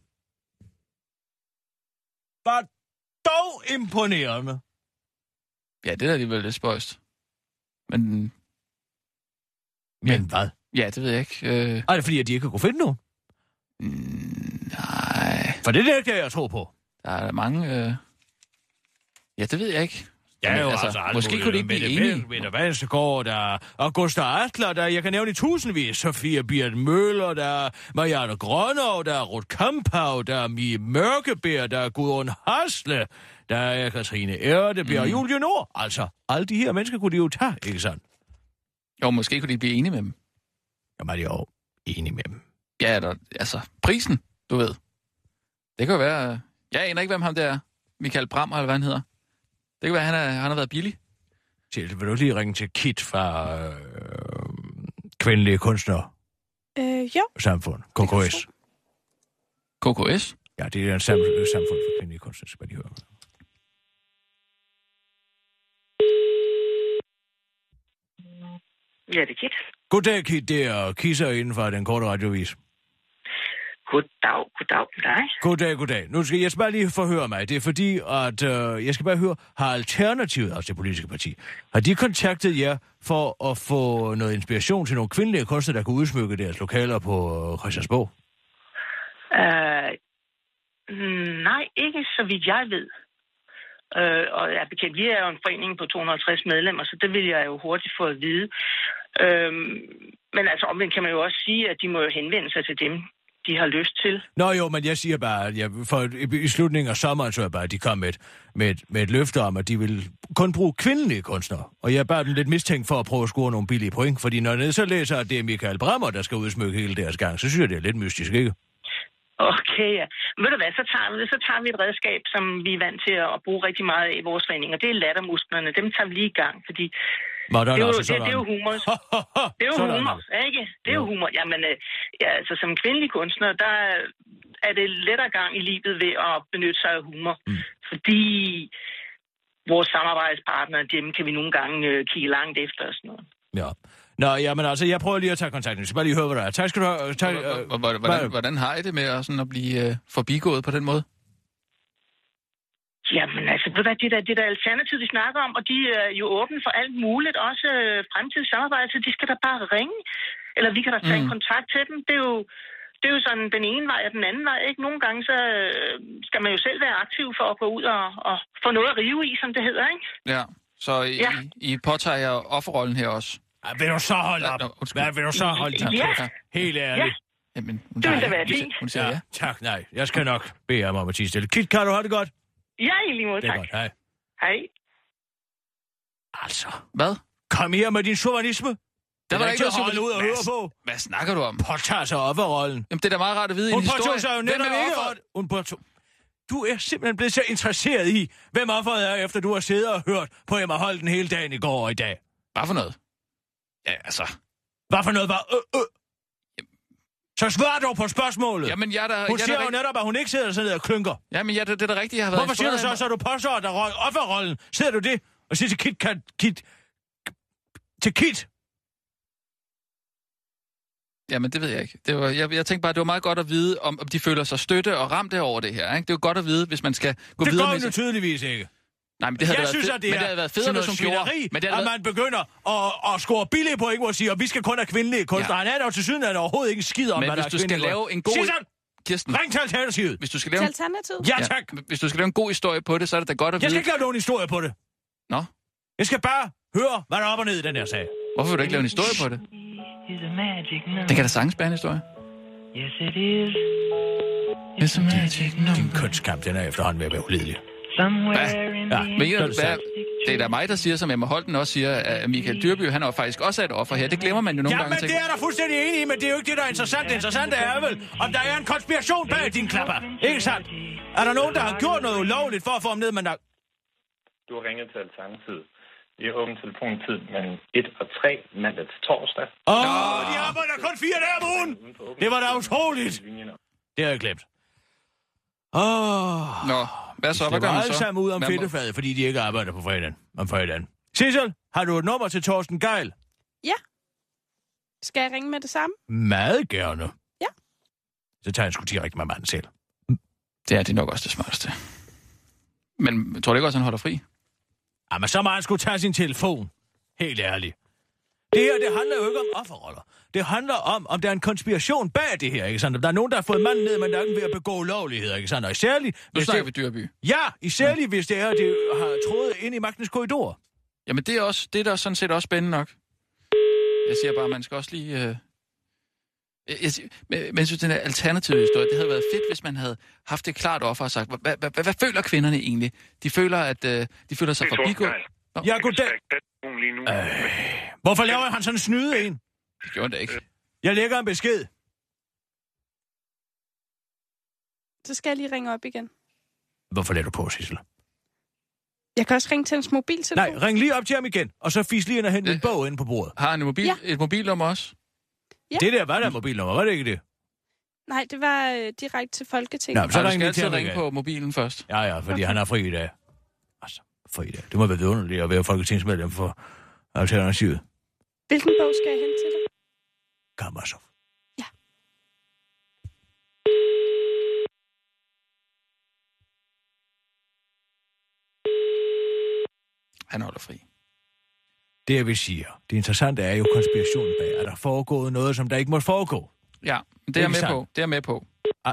var dog imponerende. Ja, det er alligevel lidt spøjst. Men hvad? Ja, det ved jeg ikke. Er det fordi, at de ikke kunne finde nogen? Nej. For det er ikke det, jeg tror på. Der er mange... Ja, det ved jeg ikke. Ja, jo, altså måske kunne de ikke blive enige. Mette Vansegård, der er Augusta Adler, der jeg kan nævne i tusindvis. Sofia Birte Møller, der er Marianne Grønov, der er Ruth Kamphav, der er Mie Mørkebær, der er Gudrun Hasle, der er Katrine Erdebjerg og Julie Nord. Altså, alle de her mennesker kunne de jo tage, ikke sandt? Jo, måske kunne de blive enige med dem. Jamen, er de jo enige med dem. Ja, altså, prisen, du ved. Det kan jo være... Jeg aner ikke, hvem ham der er. Michael Brammer, eller hvad han hedder. Det kan være, han har været billig. Vil du lige ringe til Kit fra kvindelige kunstnere? Jo. Samfund. KKS. KKS? Ja, det er en samfund for kvindelige kunstnere, skal man lige høre. Ja, det er Kit. Goddag, Kit. Det er Kisser inden for den korte radiovis. Goddag med dig. Goddag. Nu skal jeg bare lige forhøre mig. Det er fordi, at jeg skal bare høre, har Alternativet, altså det politiske parti, har de kontaktet jer for at få noget inspiration til nogle kvindelige kunstnere, der kunne udsmykke deres lokaler på Christiansborg? Nej, ikke så vidt jeg ved. Og jeg er bekendt, vi er jo en forening på 250 medlemmer, så det vil jeg jo hurtigt få at vide. Men altså omvendt kan man jo også sige, at de må jo henvende sig til dem, de har lyst til. Nå jo, men jeg siger bare, at i slutningen af sommeren så jeg bare, at de kom med et løfte om, at de ville kun bruge kvindelige kunstnere. Og jeg er bare lidt mistænkt for at prøve at score nogle billige point, fordi når jeg så læser, at det er Michael Brammer, der skal udsmykke hele deres gang, så synes jeg, det er lidt mystisk, ikke? Okay, ja. Ved du hvad, så tager vi et redskab, som vi er vant til at bruge rigtig meget i vores forening, og det er lattermusklerne. Dem tager vi lige i gang, fordi det er jo humor. Det er jo humor, ikke? Det er jo humor. Jamen, altså som kvindelig kunstner, der er det lettere gang i livet ved at benytte sig af humor. Fordi vores samarbejdspartnere, dem kan vi nogle gange kigge langt efter og sådan noget. Ja. Nå, jamen altså, jeg prøver lige at tage kontakt. Jeg skal bare lige høre, hvad der er. Tak skal du have. Hvordan har I det med at blive forbigået på den måde? Jamen altså, ved du hvad, det er Alternativ, vi snakker om, og de er jo åbne for alt muligt, også fremtidig samarbejde, så de skal da bare ringe, eller vi kan da tage kontakt til dem. Det er jo sådan den ene vej og den anden vej, ikke? Nogle gange så skal man jo selv være aktiv for at gå ud og få noget at rive i, som det hedder, ikke? Ja, så I påtager jer offerrollen her også? Vil du så holde op? Hvad vil du så holde op? Ja. Helt ærligt. Ja. Jamen, det vil da være fint. Hun siger ja. Tak, nej. Jeg skal nok bede ham om at tie stille. Kit, kan du have det godt? Ja, i lige måde, tak. Det er godt, hej. Hej. Altså. Hvad? Kom her med din chauvinisme. Der var der ikke noget holde ud og høre på. Hvad snakker du om? Påtager sig offerrollen. Jamen, det er da meget rart at vide i en historie. Hun påtog sig jo netop ikke. Du er simpelthen blevet så interesseret i, hvem offeret er, efter du har siddet og hørt på Emma Holten hele dagen i går og i dag. Hvad for noget? Ja, altså. Hvad for noget var Så svar dog på spørgsmålet. Jamen, hun siger jo netop, at hun ikke sidder sådan og klynker. Jamen, ja, det er da rigtigt, jeg har været. Hvorfor siger du så du påstår, at der røg offerrollen? Sidder du det og siger til Kit? Jamen, det ved jeg ikke. Jeg tænkte bare, det var meget godt at vide, om de føler sig støtte og ramte over det her. Ikke? Det er jo godt at vide, hvis man skal gå videre med... Det går jo tydeligvis ikke. Nej, men det havde været federe, hvis hun gjorde. Men det man begynder at score billige point, hvor sige, og vi skal kun have kvindelige kunstnere. Han er jo til sydenlandet overhovedet ikke en skid om, hvad der er kvindelige. Men hvis du skal lave en god... Kirsten, ring til Alternativet. Hvis du skal lave Alternativet? Ja, tak. Hvis du skal lave en god historie på det, så er det da godt at vide... Jeg skal ikke lave nogen historie på det. Nå? Jeg skal bare høre, hvad der er op og ned i den her sag. Hvorfor vil du ikke lave en historie på det? Det kan da sagtens være en historie. Yes, it is. It's a magic number. Din kunstkamp, den er efterhånden ved at være ulidelig. Det er da mig, der siger, som Emma Holten også siger, at Michael Dyrby, han er faktisk også et offer her. Det glemmer man jo nogle gange. Ja, men det er der fuldstændig enig i, men det er jo ikke det, der er interessant. Det interessante er vel, om der er en konspiration bag din klapper. Ikke sandt? Er der nogen, der har gjort noget ulovligt for at få ham ned, men der... Du har ringet til Alternativet. Vi har åbent telefontid mellem 1 og 3 mandag til torsdag. De arbejder kun 4 dage om ugen! Det var da utroligt! Det har jeg glemt. Nå, hvad så? Hvad gør man så? Det var alle sammen ud om fedtefadet, fordi de ikke arbejder på fredagen. Sissel, har du et nummer til Torsten Geil? Ja. Skal jeg ringe med det samme? Meget gerne. Ja. Så tager jeg sgu direkte med manden selv. Det er nok også det smarteste. Men tror du ikke også, han holder fri? Jamen, så må han skulle tage sin telefon. Helt ærligt. Det her, det handler jo ikke om offerroller. Det handler om der er en konspiration bag det her, ikke sandt? Der er nogen, der har fået manden ned, men der er ikke ved at begå ulovligheder, ikke sandt? Og isærligt... Nu snakker vi Dyrby. Ja, isærligt hvis det er, det har trådet ind i magtens korridor. Jamen, det er der sådan set også spændende nok. Jeg siger bare, man skal også lige... Men jeg synes, den her alternative historie, det havde været fedt, hvis man havde haft det klart offer og sagt, hvad føler kvinderne egentlig? De føler, at de føler sig forbigået. Ja, goddag. Hvorfor laver han sådan en snyde en? Det gjorde han da ikke. Jeg lægger en besked. Så skal jeg lige ringe op igen. Hvorfor lader du på, Sissel? Jeg kan også ringe til hans mobiltelefon. Nej, ring lige op til ham igen, og så fis lige ind og hente en bog inde på bordet. Har han et mobilnummer også? Ja. Det der var der mobilnummer, var det ikke det? Nej, det var direkte til Folketinget. Nå, så ring lige til at ringe på mobilen først. Ja, fordi han har fri i dag. Altså, fri i dag. Det må være vidunderligt at være folketingsmedlem for Alternativet. Hvilken bog skal jeg hente til dig? Karamazov. Ja. Han holder fri. Det vi siger, det interessante er jo konspirationen bag. Er der foregået noget, som der ikke må foregå? Ja, det er jeg med på. Det er med på.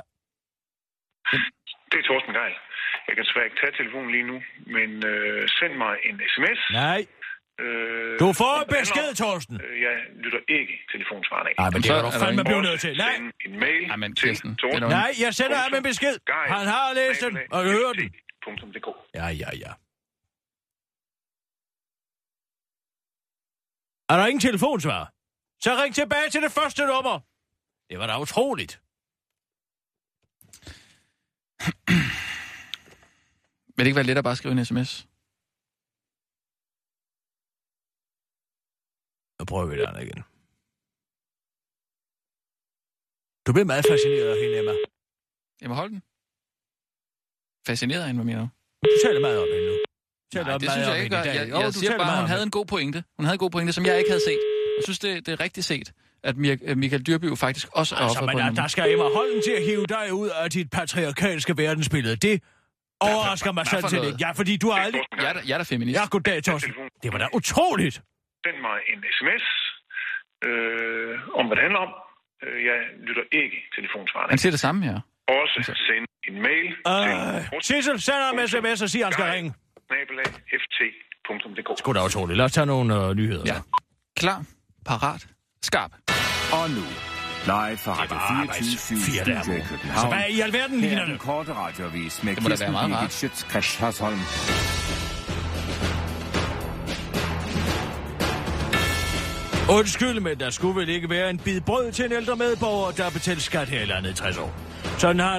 Det er Torsten Geil. Jeg kan desværre ikke tage telefonen lige nu, men send mig en sms. Nej. Du får en besked, Torsten. Jeg lytter ikke telefonsvarende af. Nej, men det er du fandme blevet nødt til. Nej. En mail til Torsten. Nej, jeg sender ham en besked. Han har læst den og hørt den. Ja. Er der ingen telefonsvar? Så ring tilbage til det første nummer. Det var da utroligt. Vil det ikke være let at bare skrive en sms? Nu prøver vi det igen. Du bliver meget fascineret af hende, Emma. Emma Holten? Fascineret af hende, hvad mener du? Du taler meget om hende nu. Nej, det synes jeg ikke. Jeg siger bare, hun havde en god pointe. Hun havde en god pointe, som jeg ikke havde set. Jeg synes, det er rigtigt set, at Michael Dyrby faktisk også er offer på hende. Der skal Emma Holten til at hive dig ud af dit patriarkalske verdensbillede. Det overrasker mig sådan set ikke. Ja, fordi du har aldrig... Jeg er da feminist. Ja, goddag, Torsten. Det var da utroligt. Send mig en sms om, hvad det handler om. Jeg lytter ikke telefonsvarende. Han siger det samme her. Også send en mail til... Sissel, send ham en sms og siger, han skal ringe. ft.dk. Sgu da utroligt. Lad os tage nogle nyheder. Ja. Klar, parat, skarp. Og nu, live fra Radio 24 Studio i København. Så hvad i alverden ligner det? Den korte radioavis med Kirsten Birgit Schøtz-Krets Hørsholm. Undskyld, men der skulle vel ikke være en bid brød til en ældre medborger, der har betalt skat her i landet i 60 år. Sådan har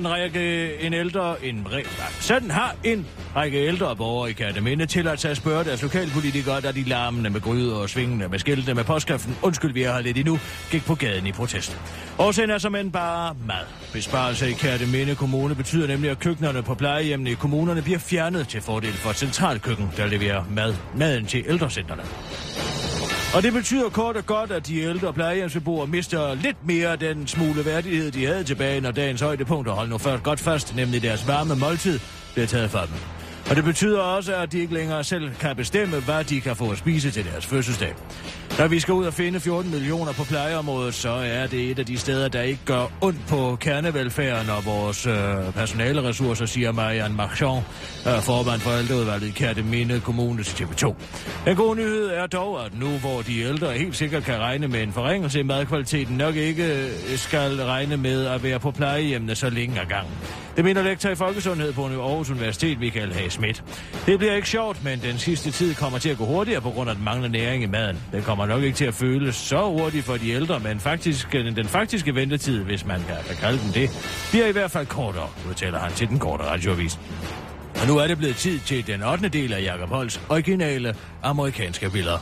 en række ældre borgere i Kerteminde tilladt sig at spørge deres lokalpolitikere, da de larmende med gryder og svingende med skilte med påskriften "Undskyld, vi er her lidt endnu", gik på gaden i protest. Årsagen er som end bare mad. Besparelser i Kerteminde Kommune betyder nemlig, at køkkenerne på plejehjemmene i kommunerne bliver fjernet til fordel for et centralkøkken, der leverer maden til ældrecentrene. Og det betyder kort og godt, at de ældre plejehjemsbeboere mister lidt mere af den smule værdighed, de havde tilbage, når dagens højdepunkter holdt nu først godt fast, nemlig deres varme måltid, bliver taget fra dem. Og det betyder også, at de ikke længere selv kan bestemme, hvad de kan få at spise til deres fødselsdag. Når vi skal ud og finde 14 millioner på plejeområdet, så er det et af de steder, der ikke gør ondt på kernevelfærden og vores personaleressourcer, siger Marianne Marchand, formand for ældreudvalget i Kerteminde Kommune til TV2. Den gode nyhed er dog, at nu hvor de ældre helt sikkert kan regne med en forringelse i madkvaliteten, nok ikke skal regne med at være på plejehjemmene så længe ad gangen. Det mener lektor i folkesundhed på Aarhus Universitet, Michael H. Schmidt. Det bliver ikke sjovt, men den sidste tid kommer til at gå hurtigere på grund af den manglende næring i maden. Den kommer nok ikke til at føles så hurtigt for de ældre, men den faktiske ventetid, hvis man kan kalde den det, bliver i hvert fald kortere, udtaler han til den korte radioavis. Og nu er det blevet tid til den 8. del af Jacob Holts originale amerikanske billeder.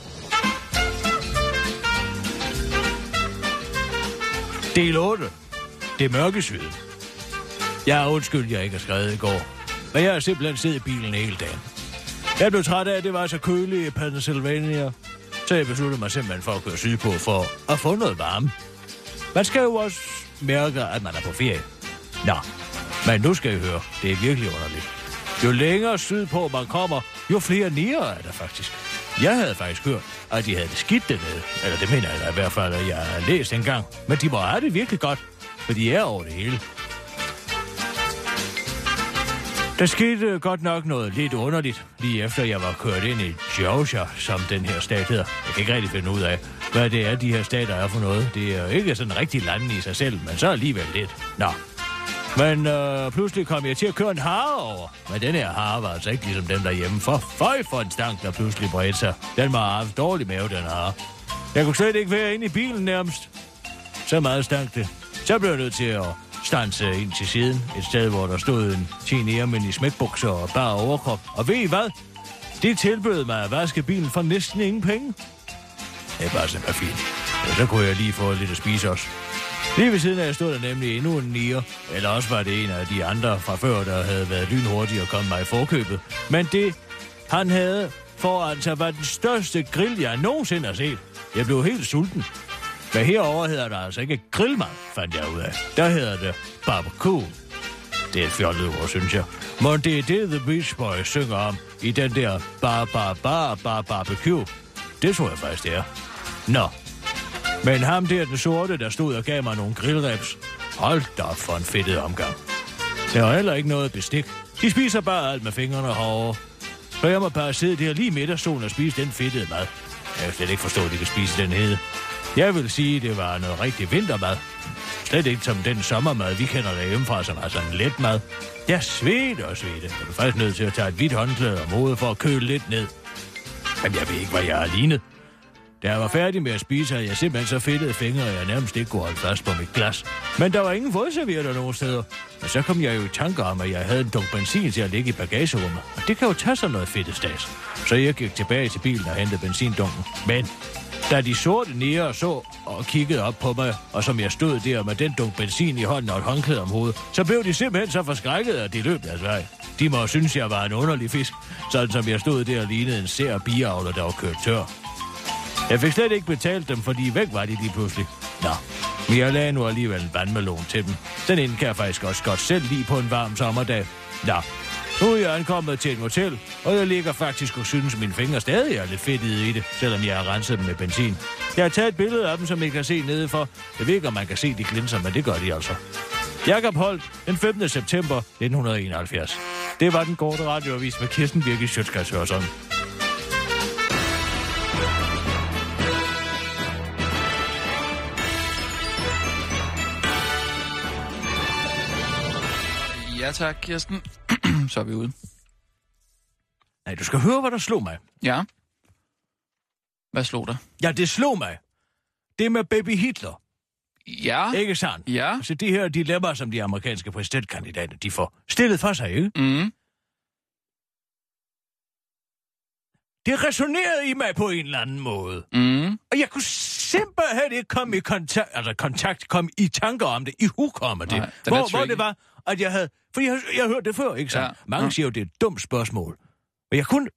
Del 8. Det mørkesyde. Jeg er undskyld, jeg ikke har skrevet i går. Men jeg har simpelthen siddet i bilen hele dagen. Jeg blev træt af, at det var så køligt i Pennsylvania, så jeg besluttede mig simpelthen for at køre sydpå for at få noget varme. Man skal jo også mærke, at man er på ferie. Nå, men nu skal I høre, det er virkelig underligt. Jo længere sydpå man kommer, jo flere niger er der faktisk. Jeg havde faktisk hørt, at de havde det skidt dernede. Eller det mener jeg da i hvert fald, at jeg har læst engang. Men de må have det virkelig godt, for de er over det hele. Der skete godt nok noget lidt underligt, lige efter jeg var kørt ind i Georgia, som den her stat hedder. Jeg kan ikke rigtig finde ud af, hvad det er, de her stater er for noget. Det er ikke sådan rigtig landet i sig selv, men så alligevel lidt. Nå. Men pludselig kom jeg til at køre en hare over. Men den her hare var altså ikke ligesom den derhjemme. For en stank, der pludselig bredte sig. Den var haft dårlig mave, den hare. Jeg kunne slet ikke være inde i bilen nærmest. Så meget stank det. Så blev jeg nødt til at standsede ind til siden. Et sted, hvor der stod en tjenermænd i smækbukser og bare overkrop. Og ved I hvad? De tilbød mig at vaske bilen for næsten ingen penge. Det er bare simpelthen fint. Og så kunne jeg lige få lidt at spise også. Lige ved siden af stod der nemlig endnu en nier, eller også var det en af de andre fra før, der havde været lynhurtig og kommet mig i forkøbet. Men det, han havde foran sig, var den største grill, jeg nogensinde har set. Jeg blev helt sulten. Men herover hedder der altså ikke grillmad, fandt jeg ud af. Der hedder det barbecue. Det er et fjollet ord, synes jeg. Men det er det, The Beach Boys synger om i den der barbecue. Det tror jeg faktisk, det er. Nå. Men ham der, den sorte, der stod og gav mig nogle grillreps. Hold da op for en fedtet omgang. Der var heller ikke noget bestik. De spiser bare alt med fingrene herovre. Så jeg må bare sidde der lige midt af solen og spise den fedtede mad. Jeg kan slet ikke forstå, at de kan spise den hede. Jeg vil sige, at det var noget rigtig vintermad. Slet ikke som den sommermad, vi kender derhjemmefra, som er sådan en let mad. Jeg svedte og svedte. Jeg er faktisk nødt til at tage et hvidt håndklæde om hovedet for at køle lidt ned. Men jeg ved ikke, hvad jeg har lignet. Da jeg var færdig med at spise, havde jeg simpelthen så fedtede fingre, at jeg nærmest ikke kunne holde fast på mit glas. Men der var ingen vådservietter nogen steder. Og så kom jeg jo i tanker om, at jeg havde en dunk benzin til at ligge i bagagerummet. Og det kan jo tage sådan noget fedtet stas. Så jeg gik tilbage til bilen og hentede benzindunken. Men da de sorte nære så og kiggede op på mig, og som jeg stod der med den dunk benzin i hånden og et håndklæde om hovedet, så blev de simpelthen så forskrækket, at de løb deres vej. De må synes, jeg var en underlig fisk, sådan som jeg stod der og lignede en sær biavler, der var kørt tør. Jeg fik slet ikke betalt dem, fordi væk var de lige pludselig. Nå, men jeg lagde nu alligevel en vandmelon til dem. Den ene kan jeg faktisk også godt selv lide på en varm sommerdag. Nå, nu er jeg ankommet til et hotel, og jeg ligger faktisk og synes, at mine fingre stadig er lidt fedtede i det, selvom jeg har renset dem med benzin. Jeg har taget et billede af dem, som I kan se nedefor. Jeg ved ikke, om man kan se de glinser, men det gør de altså. Jakob Holt, den 15. september 1971. Det var den korte radioavis med Kirsten Birgit Schøtzgrads Hørsholm. Ja tak, Kirsten. Så er vi ude. Nej, du skal høre, hvad der slog mig. Ja. Hvad slog dig? Ja, det slog mig. Det med baby Hitler. Ja. Ikke sandt? Ja. Så de her dilemmaer, som de amerikanske præsidentkandidater, de får stillet for sig, ikke? Mm. Det resonerede i mig på en eller anden måde. Mm. Og jeg kunne simpelthen ikke komme komme i tanker om det, i hukomme det. Hvor det var, at jeg havde... For jeg har hørt det før, ikke sant? Ja. Mange siger jo, det er et dumt spørgsmål. Men jeg kunne...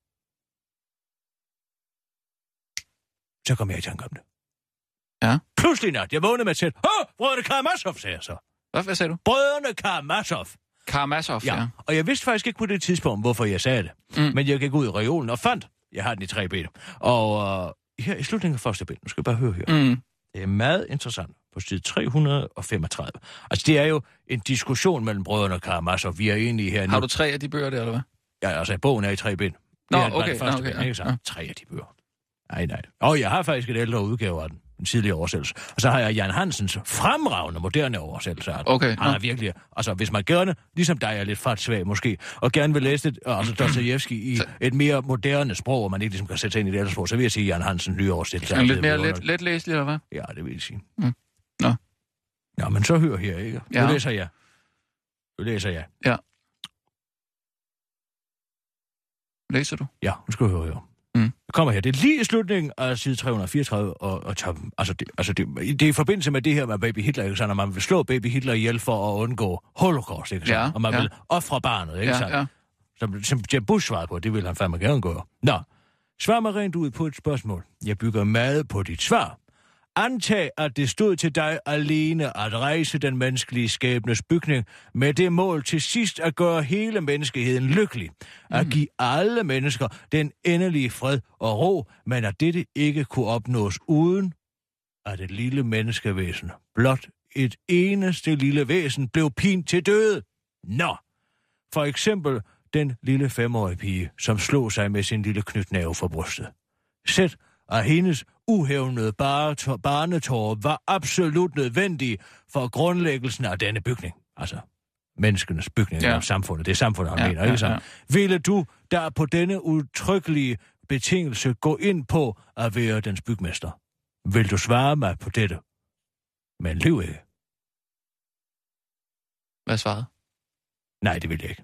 Så kom jeg i tanke om det. Ja. Pludselig nat, jeg vågnede med at sige, Brødrene Karamazov, sagde jeg så. Hvad sagde du? Brødrene Karamazov. Karamazov, ja. Og jeg vidste faktisk ikke på det tidspunkt, hvorfor jeg sagde det. Men jeg gik ud i reolen og fandt, jeg har den i 3 ben. Og her i slutningen af første ben, nu skal jeg bare høre her. Det er meget interessant på side 335. Altså, det er jo en diskussion mellem brødrene Karamazov. Vi er enige her nu. Har du 3 af de bøger der, eller hvad? Ja, altså, bogen er i 3 ben. Nå, okay. Ben, ikke sant? 3 af de bøger. Nej. Og jeg har faktisk et ældre udgave af den. En tidligere oversættelse. Og så har jeg Jan Hansens fremragende, moderne oversættelse af den. Okay. Han er virkelig... Altså, hvis man gerne, ligesom dig er lidt fartsvag måske, og gerne vil læse det, altså Dostojevskij i et mere moderne sprog, hvor man ikke ligesom kan sætte sig ind i det ældre sprog, så vil jeg sige Jan Hansens nye oversættelse. En lidt mere let læselig, eller hvad? Ja, det vil jeg sige. Nå. Ja, men så hør her, ikke? Ja. Nu læser jeg. Ja. Læser du? Ja, nu skal du høre her. Jeg kommer her. Det er lige i slutningen af side 334 og toppen. Det er i forbindelse med det her med baby Hitler, ikke sant? Og man vil slå baby Hitler ihjel for at undgå holocaust, ikke sant? Og man vil ofre barnet, ikke sant? Ja. Som Jeb Bush svarede på, det vil han fandme gerne gøre. Nå, svar mig rent ud på et spørgsmål. Jeg bygger meget på dit svar. Antag, at det stod til dig alene at rejse den menneskelige skæbnes bygning med det mål til sidst at gøre hele menneskeheden lykkelig. At give alle mennesker den endelige fred og ro, men at dette ikke kunne opnås uden, at et lille menneskevæsen, blot et eneste lille væsen, blev pint til døde. Nå, for eksempel den lille 5-årige pige, som slog sig med sin lille knytnæve for brystet. Sæt, at hendes uhævnede barnetårer var absolut nødvendige for grundlæggelsen af denne bygning. Altså, menneskenes bygning af samfundet. Det er samfundet, han mener, ikke sant? Ville du, der på denne udtrykkelige betingelse, gå ind på at være dens bygmester? Vil du svare mig på dette? Men lyv ikke. Hvad svarede? Nej, det vil jeg ikke.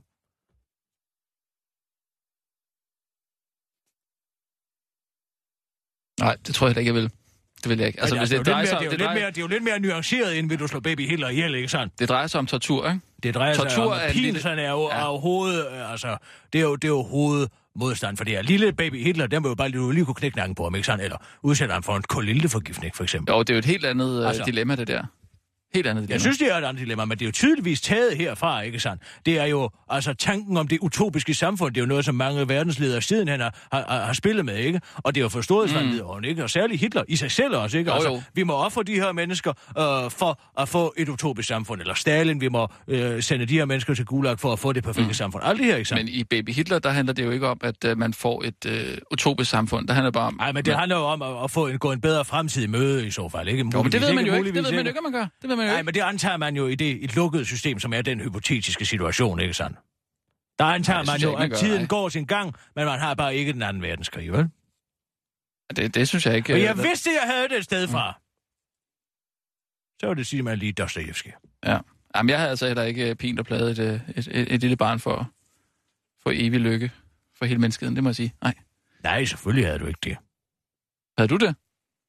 Nej, det tror jeg ikke, jeg vil. Det vil jeg ikke. Altså, det er jo lidt mere nuanceret, end vil du slå baby Hitler ihjel, ikke sandt? Det drejer sig om tortur, ikke? Det drejer sig om, at Pilsen er jo overhovedet, altså, det er jo hovedmodstand for det her. Lille baby Hitler, der må jo bare lige kunne knække nakken på ham, ikke sandt? Eller udsætte ham for en kolilteforgiftning, for eksempel. Jo, det er jo et helt andet dilemma, det der. Helt andet dilemma. Jeg synes, det er et andet dilemma, men det er jo tydeligvis taget herfra, ikke sandt? Det er jo, altså, tanken om det utopiske samfund, det er jo noget, som mange verdensledere siden han har spillet med, ikke? Og det er jo forståelsesvandlederen, ikke? Og særligt Hitler i sig selv også, ikke? Altså, vi må ofre de her mennesker for at få et utopisk samfund, eller Stalin, vi må sende de her mennesker til Gulag for at få det perfekte samfund. Alt det her, ikke sandt? Men i baby Hitler, der handler det jo ikke om, at man får et utopisk samfund. Der handler bare om... Nej, men det handler jo om at gå en bedre fremtid i møde, i så fald, ikke? Jo, men det ved man jo ikke. Det ved man jo ikke, man gør. Det ved man jo ikke. Nej, men det antager man jo i et lukket system, som er den hypotetiske situation, ikke sandt? Der antager man jo, at tiden går sin gang, men man har bare ikke den anden verdenskrig, vel? Det synes jeg ikke... Og jeg vidste, jeg havde det et sted fra. Så var det sige, man lige Dostojevski. Ja. Jamen, jeg havde altså heller ikke pint og pladet et lille barn for evig lykke for hele menneskeheden, det må jeg sige. Nej, selvfølgelig havde du ikke det. Havde du det?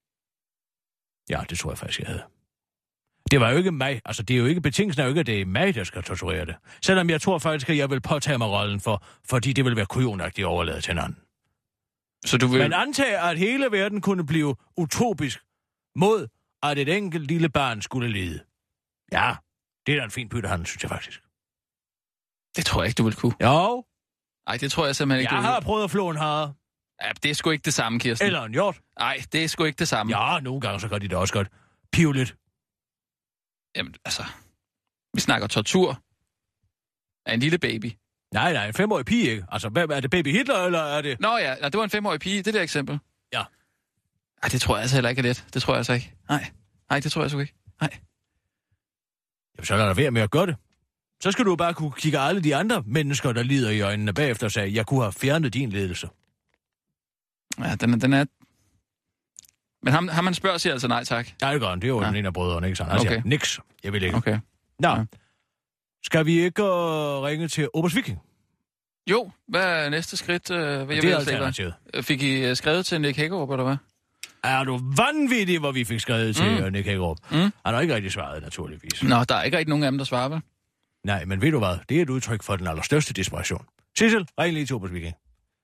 Ja, det tror jeg faktisk, jeg havde. Det var jo ikke mig. Altså, det er jo ikke betingelsen er jo ikke, at det er mig, der skal torturere det. Selvom jeg tror faktisk, at jeg vil påtage mig rollen fordi det vil være kujonagtigt overladet til en anden. Så du vil... Man antager, at hele verden kunne blive utopisk mod, at et enkelt lille barn skulle lide. Ja, det er da en fin byttehandel, synes jeg faktisk. Det tror jeg ikke, du vil kunne. Jo. Nej, det tror jeg simpelthen ikke, jeg har prøvet at flå en hare. Ja, det er sgu ikke det samme, Kirsten. Eller en hjort. Nej, det er sgu ikke det samme. Ja, nogle gange så gør de det også godt. Pivlet. Jamen, altså... Vi snakker tortur af en lille baby. Nej, en 5-årig pige, ikke? Altså, er det baby Hitler, eller er det... Nå ja, det var en 5-årig pige, det der eksempel. Ja. Ej, det tror jeg altså heller ikke er let. Det tror jeg altså ikke. Nej, det tror jeg sgu ikke. Nej. Jamen, så lad dig være med at gøre det. Så skal du bare kunne kigge alle de andre mennesker, der lider i øjnene bagefter og sige, jeg kunne have fjernet din ledelse. Ja, den er... Men har man spørger, siger altså nej tak. Ja, det gør han. Det er jo en af brødrene, ikke sådan? Altså, niks. Jeg vil ikke. Okay. Nå. Ja. Skal vi ikke ringe til Oberst Viking? Jo, hvad er næste skridt? Det er alternativet. Fik I skrevet til Nick Hækkerup, eller hvad? Er du vanvittig, hvor vi fik skrevet til Nick Hækkerup? Han har ikke rigtig svaret, naturligvis. Nå, der er ikke rigtig nogen af dem, der svarer, vel? Nej, men ved du hvad? Det er et udtryk for den allerstørste desperation. Sissel, ring lige til Oberst Viking.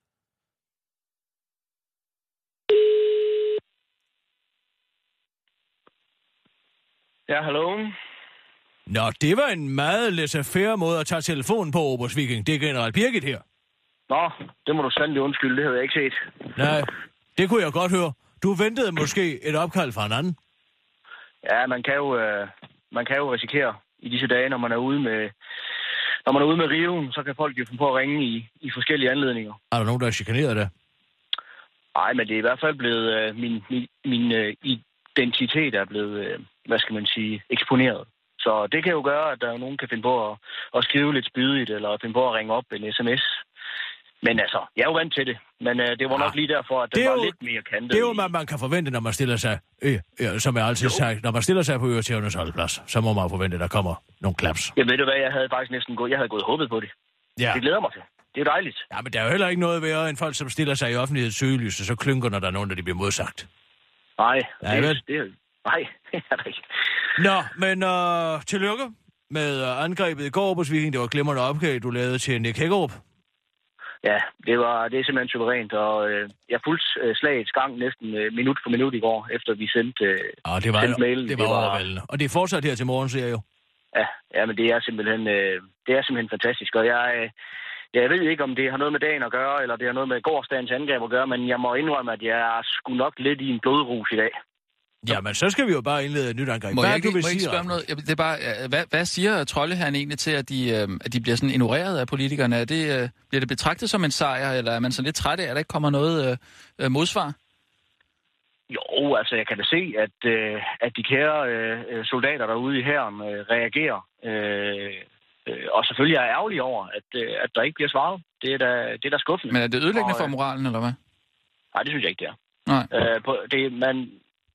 Ja, hallo? Nå, det var en meget laissez-faire måde at tage telefonen på, Oberst Viking. Det er general Birgit her. Nå, det må du sandelig undskylde, det havde jeg ikke set. Nej, det kunne jeg godt høre. Du ventede måske et opkald fra en anden. Ja, man kan jo risikere i disse dage, når man er ude med riven, så kan folk jo finde på at ringe i forskellige anledninger. Er der nogen, der er chikaneret der? Nej, men det er i hvert fald blevet min identitet er blevet, hvad skal man sige, eksponeret. Så det kan jo gøre, at der er nogen, der kan finde på at skrive lidt spydigt, eller finde på at ringe op en sms. Men altså, jeg er jo vant til det. Men det var nok lige derfor, at det var lidt mere kantet. Det er jo, hvad man kan forvente, når man stiller sig, som jeg altid sagt, når man stiller sig på øretævernes holdeplads, så må man forvente, at der kommer nogle klaps. Jeg ved du hvad, jeg havde faktisk næsten gået og håbet på det. Ja. Det glæder mig til. Det er jo dejligt. Ja, men der er jo heller ikke noget værre end folk, som stiller sig i offentlighedens søgelys, og så klynker, når der er nogen, der de bliver modsagt. Nej, nej, det er det ikke. Nå, men tillykke med angrebet i går på Viking. Det var glimrende opgave, du lavede til Nick Hækkerup. Ja, det er simpelthen suverænt, og jeg fulgte slagets gang næsten minut for minut i går, efter vi sendte mailen. Det var overvældende. Og det er fortsat her til morgen, ser jeg jo. Ja, men det er simpelthen fantastisk, og jeg ved ikke, om det har noget med dagen at gøre, eller det har noget med gårdsdagens angreb at gøre, men jeg må indrømme, at jeg er sgu nok lidt i en blodrus i dag. Ja, men så skal vi jo bare indlede et nyt angreb. Må jeg ikke spørge om noget? Det er bare, hvad siger Trolleherren egentlig til, at de bliver sådan ignoreret af politikerne? Bliver det betragtet som en sejr, eller er man så lidt træt af, at der ikke kommer noget modsvar? Jo, altså jeg kan da se, at de kære soldater derude i hæren reagerer. Og selvfølgelig er jeg ærgerlig over, at der ikke bliver svaret. Det er da skuffende. Men er det ødelæggende for moralen, eller hvad? Nej, det synes jeg ikke, det er. Nej.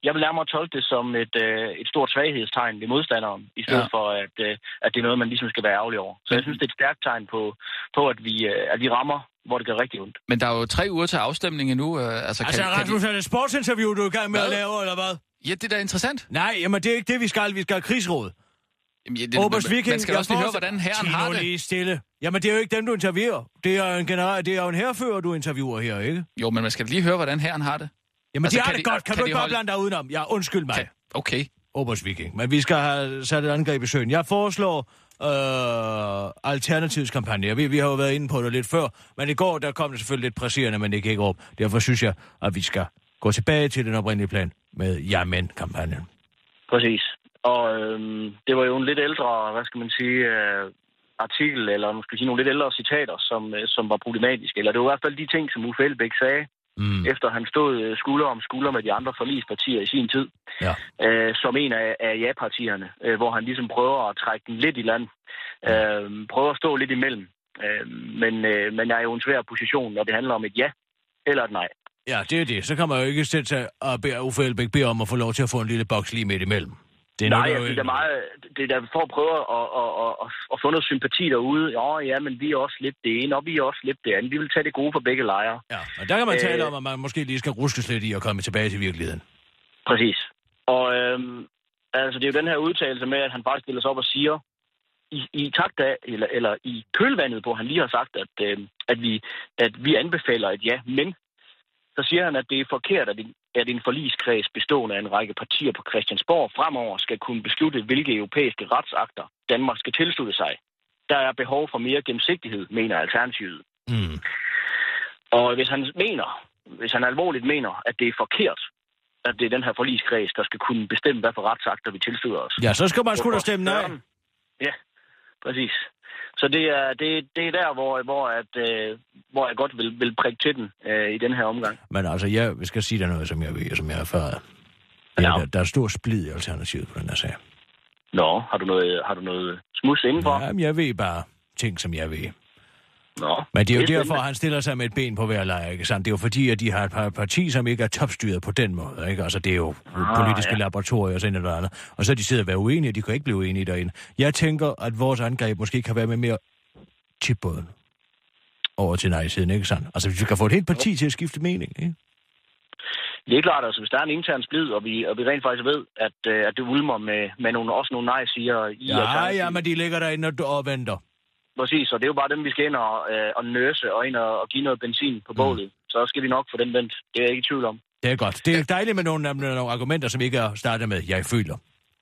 Jeg vil nærmere tolke det som et stort svaghedstegn ved modstanderen, i stedet for, at det er noget, man ligesom skal være ærgerlig over. Så jeg synes, det er et stærkt tegn på at vi rammer, hvor det gør rigtig ondt. Men der er jo 3 uger til afstemning endnu. Rasmus, er det sportsinterview, du er i gang med at lave, eller hvad? Ja, det er da interessant. Nej, jamen det er ikke det, vi skal. Vi skal have krigsråd. Oberst Viking, man skal også lige høre, hvordan herren har det. Lige stille. Jamen, det er jo ikke dem, du interviewer. Det er jo en hærfører, du interviewer her, ikke? Jo, men man skal lige høre, hvordan herren har det. Jamen, de har det godt. Kan du ikke bare blande dig udenom? Ja, undskyld mig. Okay. Oberst Viking. Men vi skal have sat et angreb i søen. Jeg foreslår alternativskampagne. Vi har jo været inde på det lidt før, men i går, der kom det selvfølgelig lidt presserende, men det gik op. Derfor synes jeg, at vi skal gå tilbage til den oprindelige plan med ja-men-kampagnen. Præcis. Og det var jo en lidt ældre, hvad skal man sige, artikel, eller man skal sige nogle lidt ældre citater, som var problematiske. Eller det var i hvert fald de ting, som Uffe Elbæk sagde, efter han stod skulder om skulder med de andre forligspartier i sin tid, som en af ja-partierne, hvor han ligesom prøver at trække den lidt i land, prøver at stå lidt imellem. Men er jo en svær position, når det handler om et ja eller et nej. Ja, det er det. Så kan man jo ikke sætte sig og bede Uffe Elbæk bede om at få lov til at få en lille boks lige midt imellem. Det er der for at prøve at få noget sympati derude. Ja, men vi er også lidt det ene, og vi er også lidt det andet. Vi vil tage det gode for begge lejre. Ja, og der kan man tale om, at man måske lige skal ruskes lidt i at komme tilbage til virkeligheden. Præcis. Og altså, det er jo den her udtalelse med, at han bare stiller sig op og siger, i takt af, eller i kølvandet på, han lige har sagt, at vi anbefaler et ja, men så siger han, at det er forkert, at en forligskreds bestående af en række partier på Christiansborg fremover skal kunne beslutte, hvilke europæiske retsakter Danmark skal tilslutte sig. Der er behov for mere gennemsigtighed, mener Alternativet. Og hvis han alvorligt mener, at det er forkert, at det er den her forligskreds, der skal kunne bestemme, hvad for retsakter vi tilslutter os. Ja, så skal man sgu da stemme nej. Ja, præcis. Så det er der, hvor jeg godt vil prikke til den i den her omgang. Men altså, jeg skal sige dig noget, som jeg ved, som jeg har erfaret. Ja, der er stor splid i Alternativet på den her sag. Nå, har du noget smuds indenfor? Jamen, jeg ved bare ting, som jeg ved. Nå, men det er jo derfor, han stiller sig med et ben på hver lejr, ikke sandt? Det er jo fordi, at de har et parti, som ikke er topstyret på den måde, ikke? Altså, det er jo politiske laboratorier og sådan noget andet. Og så de sidder og være uenige, og de kan ikke blive uenige derinde. Jeg tænker, at vores angreb måske kan være med mere tipbåden over til nej-siden, ikke sandt? Altså, hvis vi kan få et helt parti til at skifte mening, ikke? Det er klart, altså, hvis der er en intern splid, og vi rent faktisk ved, at det ulmer med også nogle nej-siger i ja, men de ligger derinde og venter. Præcis, og det er jo bare dem, vi skal ind og nøse og ind og give noget benzin på bålet. Så skal vi nok få den vendt. Det er jeg ikke i tvivl om. Det er godt. Det er dejligt med nogle argumenter, som ikke er startet med, jeg føler.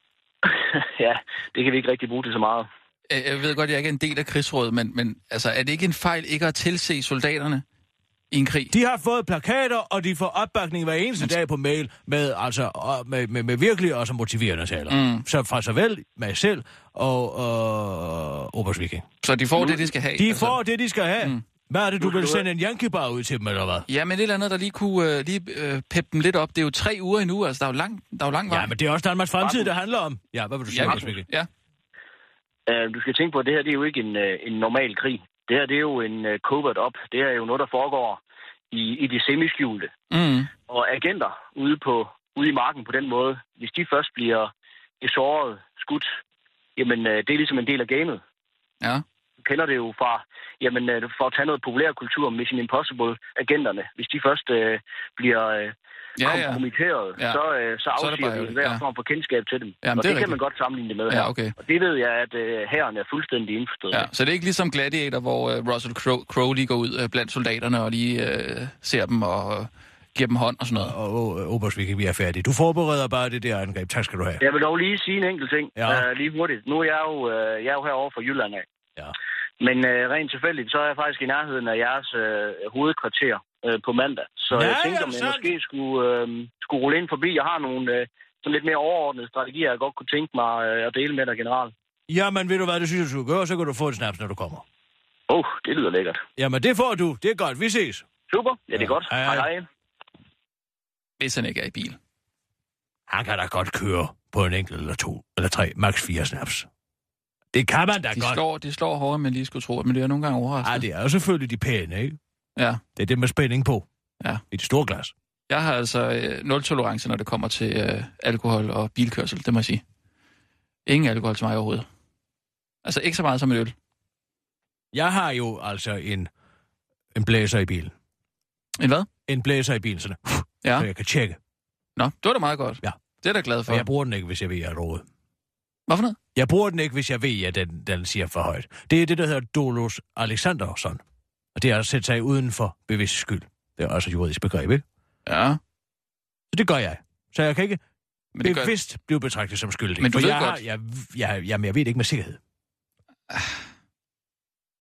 Ja, det kan vi ikke rigtig bruge til så meget. Jeg ved godt, jeg ikke er en del af krigsrådet, men altså, er det ikke en fejl ikke at tilse soldaterne i en krig? De har fået plakater, og de får opbakning hver eneste dag på mail med virkelig også motiverende taler. Så fra såvel mig selv og Oberst Viking. Så de får det, de skal have? De får det, de skal have. Hvad er det, du vil sende en Yankee-bar ud til dem, eller hvad? Ja, men det er et andet, der lige kunne peppe dem lidt op. Det er jo 3 uger endnu, altså der er jo lang vej. Ja, men det er også Danmarks fremtid, det handler om. Ja, hvad vil du sige, Oberst Viking? Ja. Du skal tænke på, at det her det er jo ikke en normal krig. Det her det er jo en covert op. Det er jo noget, der foregår i det semiskjulte. Og agenter ude i marken på den måde, hvis de først bliver såret, skudt, jamen det er ligesom en del af gamet. Ja. Du kender det jo fra, jamen for at tage noget populærkultur, Mission Impossible-agenterne. Hvis de først bliver kompromitteret, så afsiger vi hver form for kendskab til dem. Jamen, og det kan man godt sammenligne det med her. Ja, okay. Og det ved jeg, at hæren er fuldstændig indforstået. Ja, så det er ikke ligesom Gladiator, hvor Russell Crowe lige går ud blandt soldaterne og lige ser dem og giver dem hånd og sådan noget. Og Oberst Viking, vi er færdige. Du forbereder bare det der angreb. Tak skal du have. Jeg vil dog lige sige en enkelt ting. Lige hurtigt. Nu er jeg jo herovre fra Jylland af. Ja. Men rent tilfældigt, så er jeg faktisk i nærheden af jeres hovedkvarter på mandag. Så jeg tænkte, om jeg måske skulle rulle ind forbi. Jeg har nogle sådan lidt mere overordnede strategier, jeg godt kunne tænke mig at dele med dig, general. Jamen, ved du hvad, det synes jeg, du skal gøre, så kan du få et snaps, når du kommer. Det lyder lækkert. Jamen, det får du. Det er godt. Vi ses. Super. Ja, det er godt. Hej. Hvis han ikke er i bil. Han kan da godt køre på en enkelt eller 2 eller 3, maks 4 snaps. Det kan man da godt. De slår hårdere, men lige skulle tro, men det er nogle gange overraskende. Ja, det er jo selvfølgelig de pæne, ikke? Ja. Det er det med spænding på. Ja. I det store glas. Jeg har altså nul-tolerance, når det kommer til alkohol og bilkørsel, det må jeg sige. Ingen alkohol til mig overhovedet. Altså ikke så meget som en øl. Jeg har jo altså en blæser i bilen. En hvad? En blæser i bilen, så jeg kan tjekke. Nå, det var da meget godt. Ja. Det er da glad for. Og jeg bruger den ikke, hvis jeg ved, at jeg er droget. Hvad for noget? Jeg bruger den ikke, hvis jeg ved, at den siger for højt. Det er det, der hedder Dolus Alexandersson. Og det er at sætte sig uden for bevidst skyld. Det er også et juridisk begreb, ikke? Ja. Så det gør jeg. Så jeg kan ikke bevidst blive betragtet som skyldig. Men du ved godt... Jeg ved det ikke med sikkerhed.